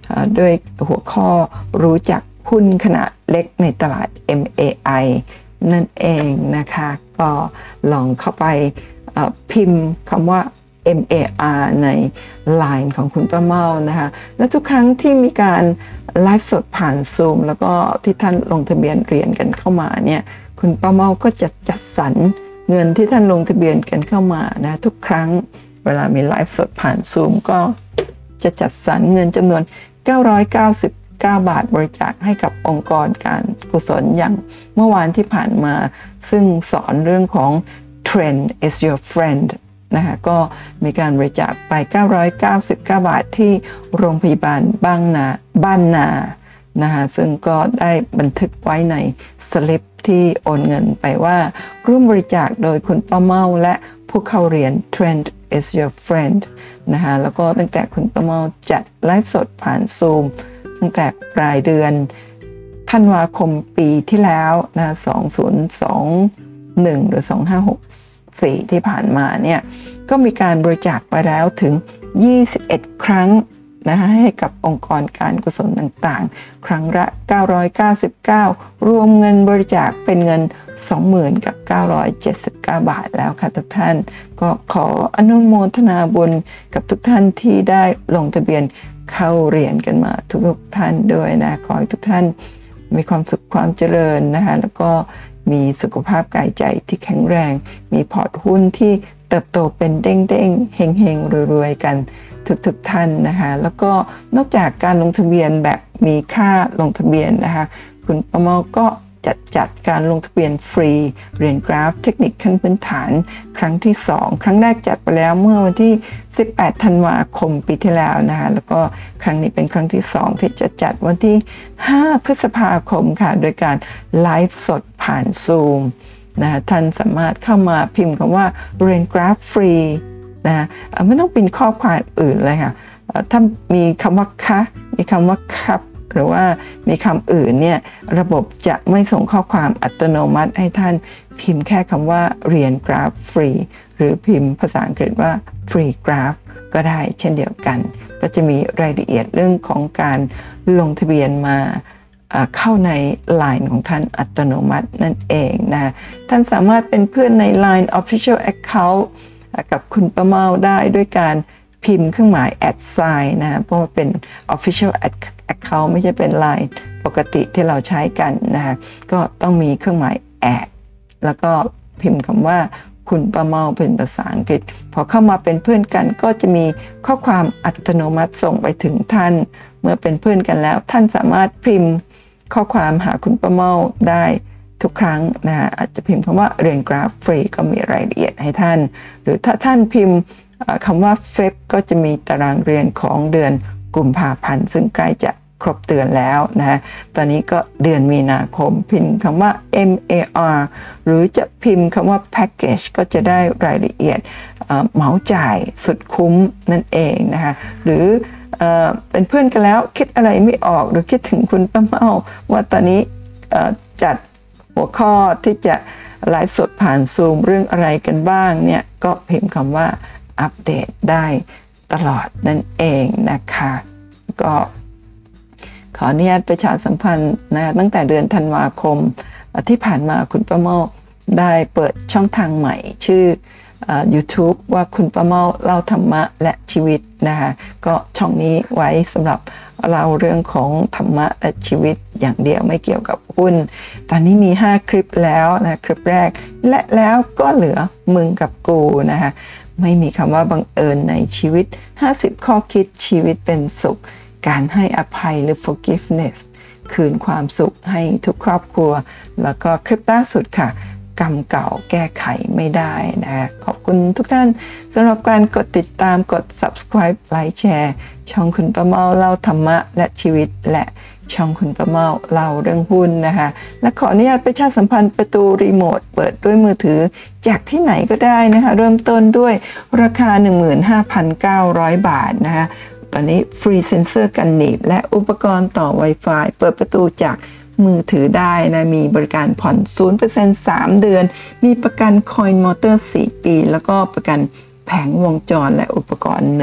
ด้วยหัวข้อรู้จักหุ้นขนาดเล็กในตลาด เอ็ม เอ ไอ นั่นเองนะคะก็ลองเข้าไปพิมพ์คำว่า เอ็ม เอ อาร์ ใน ไลน์ ของคุณป้าเมานะคะและทุกครั้งที่มีการไลฟ์สดผ่าน Zoom แล้วก็ที่ท่านลงทะเบียนเรียนกันเข้ามาเนี่ยคุณป้าเมาก็จะจัดสรรเงินที่ท่านลงทะเบียนกันเข้ามานะทุกครั้งเวลามีไลฟ์สดผ่าน Zoom ก็จะจัดสรรเงินจำนวนเก้าร้อยเก้าสิบเก้าบาทบริจาคให้กับองค์กรการกุศลอย่างเมื่อวานที่ผ่านมาซึ่งสอนเรื่องของ Trend is your friend นะคะก็มีการบริจาคไปเก้าร้อยเก้าสิบเก้าบาทที่โรงพยาบาลบ้านนาบ้านนานะคะซึ่งก็ได้บันทึกไว้ในสลิปที่โอนเงินไปว่าร่วมบริจาคโดยคุณป้าเมาและผู้เข้าเรียน Trend is your friend นะคะแล้วก็ตั้งแต่คุณป้าเมาจัดไลฟ์สดผ่าน Zoom ตั้งแต่ปลายเดือนธันวาคมปีที่แล้วนะสองพันยี่สิบเอ็ดหรือสองพันห้าร้อยหกสิบสี่ที่ผ่านมาเนี่ยก็มีการบริจาคไปแล้วถึงยี่สิบเอ็ดครั้งนะคะให้กับองค์กรการกุศลต่างๆครั้งละเก้าร้อยเก้าสิบเก้ารวมเงินบริจาคเป็นเงิน สองหมื่นเก้าร้อยเจ็ดสิบเก้า บาทแล้วค่ะทุกท่านก็ขออนุโมทนาบุญกับทุกท่านที่ได้ลงทะเบียนเข้าเรียนกันมาทุกๆท่านด้วยนะขอให้ทุกท่านมีความสุขความเจริญนะคะแล้วก็มีสุขภาพกายใจที่แข็งแรงมีพอร์ตหุ้นที่เติบโตเป็นเด้งๆเฮงๆรวยๆกันทุกๆท่านนะคะแล้วก็นอกจากการลงทะเบียนแบบมีค่าลงทะเบียนนะคะคุณป้าเมาก็จัดจัดการลงทะเบียนฟรีเรียนกราฟเทคนิคขั้นพื้นฐานครั้งที่สองครั้งแรกจัดไปแล้วเมื่อวันที่สิบแปดธันวาคมปีที่แล้วนะคะแล้วก็ครั้งนี้เป็นครั้งที่สองที่จะจัดวันที่ห้าพฤษภาคมค่ะโดยการไลฟ์สดผ่าน Zoom นะท่านสามารถเข้ามาพิมพ์คำว่าเรียนกราฟฟรีนะไม่ต้องเป็นข้อความอื่นเลยค่ะถ้ามีคำว่าคะมีคำว่าครับหรือว่ามีคำอื่นเนี่ยระบบจะไม่ส่งข้อความอัตโนมัติให้ท่านพิมพ์แค่คำว่าเรียนกราฟฟรีหรือพิมพ์ภาษาอังกฤษว่าฟรีกราฟก็ได้เช่นเดียวกันก็จะมีรายละเอียดเรื่องของการลงทะเบียนมาเข้าใน ไลน์ ของท่านอัตโนมัตินั่นเองนะท่านสามารถเป็นเพื่อนใน ไลน์ Official Account กับคุณป้าเมาได้ด้วยการพิมพ์เครื่องหมาย แอท sign นะเพราะว่าเป็น Official Account ไม่ใช่เป็น ไลน์ ปกติที่เราใช้กันนะก็ต้องมีเครื่องหมาย แอท แล้วก็พิมพ์คำว่าคุณป้าเมาเป็นภาษาอังกฤษพอเข้ามาเป็นเพื่อนกันก็จะมีข้อความอัตโนมัติส่งไปถึงท่านเมื่อเป็นเพื่อนกันแล้วท่านสามารถพิมพ์ข้อความหาคุณป้าเมาได้ทุกครั้งนะอาจจะพิมพ์คำว่าเรียนกราฟฟรีก็มีรายละเอียดให้ท่านหรือถ้าท่านพิมพ์คำว่า เฟบ ก็จะมีตารางเรียนของเดือนกุมภาพันธ์ซึ่งใกล้จะครบเดือนแล้วนะตอนนี้ก็เดือนมีนาคมพิมพ์คำว่า เอ็ม เอ อาร์ หรือจะพิมพ์คำว่า Package ก็จะได้รายละเอียดเหมาจ่ายสุดคุ้มนั่นเองนะคะหรือเอ่อเป็นเพื่อนกันแล้วคิดอะไรไม่ออกหรือคิดถึงคุณป้าเมาว่าตอนนี้จัดหัวข้อที่จะไลฟ์สดผ่าน Zoom เรื่องอะไรกันบ้างเนี่ยก็พิมพ์คำว่าอัปเดตได้ตลอดนั่นเองนะคะก็ขออนุญาตประชาสัมพันธ์นะตั้งแต่เดือนธันวาคมที่ผ่านมาคุณป้าเมาได้เปิดช่องทางใหม่ชื่อ YouTube ว่าคุณป้าเมาเล่าธรรมะและชีวิตนะคะก็ช่องนี้ไว้สำหรับเล่าเรื่องของธรรมะและชีวิตอย่างเดียวไม่เกี่ยวกับหุ้นตอนนี้มีห้าคลิปแล้วนะคลิปแรกและแล้วก็เหลือมึงกับกูนะคะไม่มีคำว่าบังเอิญในชีวิตห้าสิบข้อคิดชีวิตเป็นสุขการให้อภัยหรือ forgiveness คืนความสุขให้ทุกครอบครัวแล้วก็คลิปล่าสุดค่ะกรรมเก่าแก้ไขไม่ได้นะขอบคุณทุกท่านสำหรับการกดติดตามกด subscribe ไลค์แชร์ช่องคุณป้าเมาเล่าธรรมะและชีวิตและช่องคุณป้าเมาเล่าเรื่องหุ้นนะคะและขออนุญาตประชาสัมพันธ์ประตูรีโมทเปิดด้วยมือถือจากที่ไหนก็ได้นะคะเริ่มต้นด้วยราคา หนึ่งหมื่นห้าพันเก้าร้อย บาทนะคะตอนนี้ฟรีเซ็นเซอร์กันหนีบและอุปกรณ์ต่อ Wi-Fi เปิดประตูจากมือถือได้นะมีบริการผ่อน ศูนย์เปอร์เซ็นต์ สามเดือนมีประกัน Coin Motor สี่ปีแล้วก็ประกันแผงวงจรและอุปกรณ์หนึ่งปี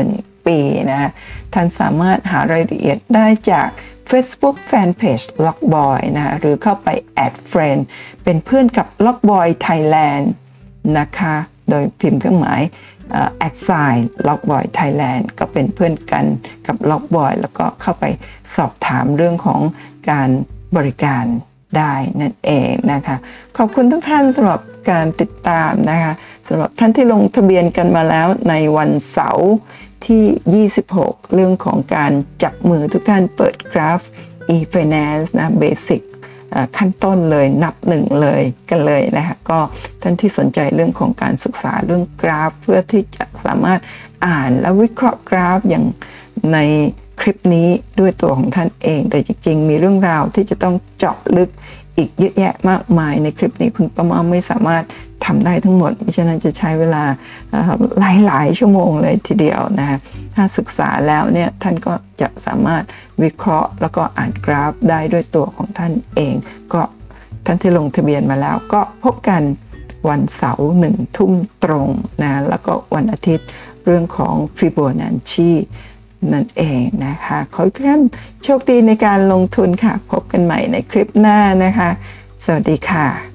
ปีนะท่านสามารถหารายละเอียดได้จาก Facebook Fanpage Lockboy นะหรือเข้าไป Add Friend เป็นเพื่อนกับ Lockboy Thailand นะคะโดยพิมพ์เครื่องหมายแอดไซน์ Lockboy Thailand ก็เป็นเพื่อนกันกับ Lockboy แล้วก็เข้าไปสอบถามเรื่องของการบริการได้นั่นเองนะคะขอบคุณทุกท่านสำหรับการติดตามนะคะสำหรับท่านที่ลงทะเบียนกันมาแล้วในวันเสาร์ที่ยี่สิบหกเรื่องของการจับมือทุกท่านเปิดกราฟ e-finance นะเบสิกขั้นต้นเลยนับหนึ่งเลยกันเลยนะคะก็ท่านที่สนใจเรื่องของการศึกษาเรื่องกราฟเพื่อที่จะสามารถอ่านและวิเคราะห์กราฟอย่างในคลิปนี้ด้วยตัวของท่านเองแต่จริงๆมีเรื่องราวที่จะต้องเจาะลึกอีกเยอะแยะมากมายในคลิปนี้คุณป้าม่าไม่สามารถทำได้ทั้งหมดเพราะฉะนั้นจะใช้เวลาหลายๆชั่วโมงเลยทีเดียวนะคะถ้าศึกษาแล้วเนี่ยท่านก็จะสามารถวิเคราะห์แล้วก็อ่านกราฟได้ด้วยตัวของท่านเองก็ท่านที่ลงทะเบียนมาแล้วก็พบกันวันเสาร์หนึ่งทุ่มตรงนะแล้วก็วันอาทิตย์เรื่องของฟิโบนัชชีนั่นเองนะคะขอให้ทุกท่านโชคดีในการลงทุนค่ะพบกันใหม่ในคลิปหน้านะคะสวัสดีค่ะ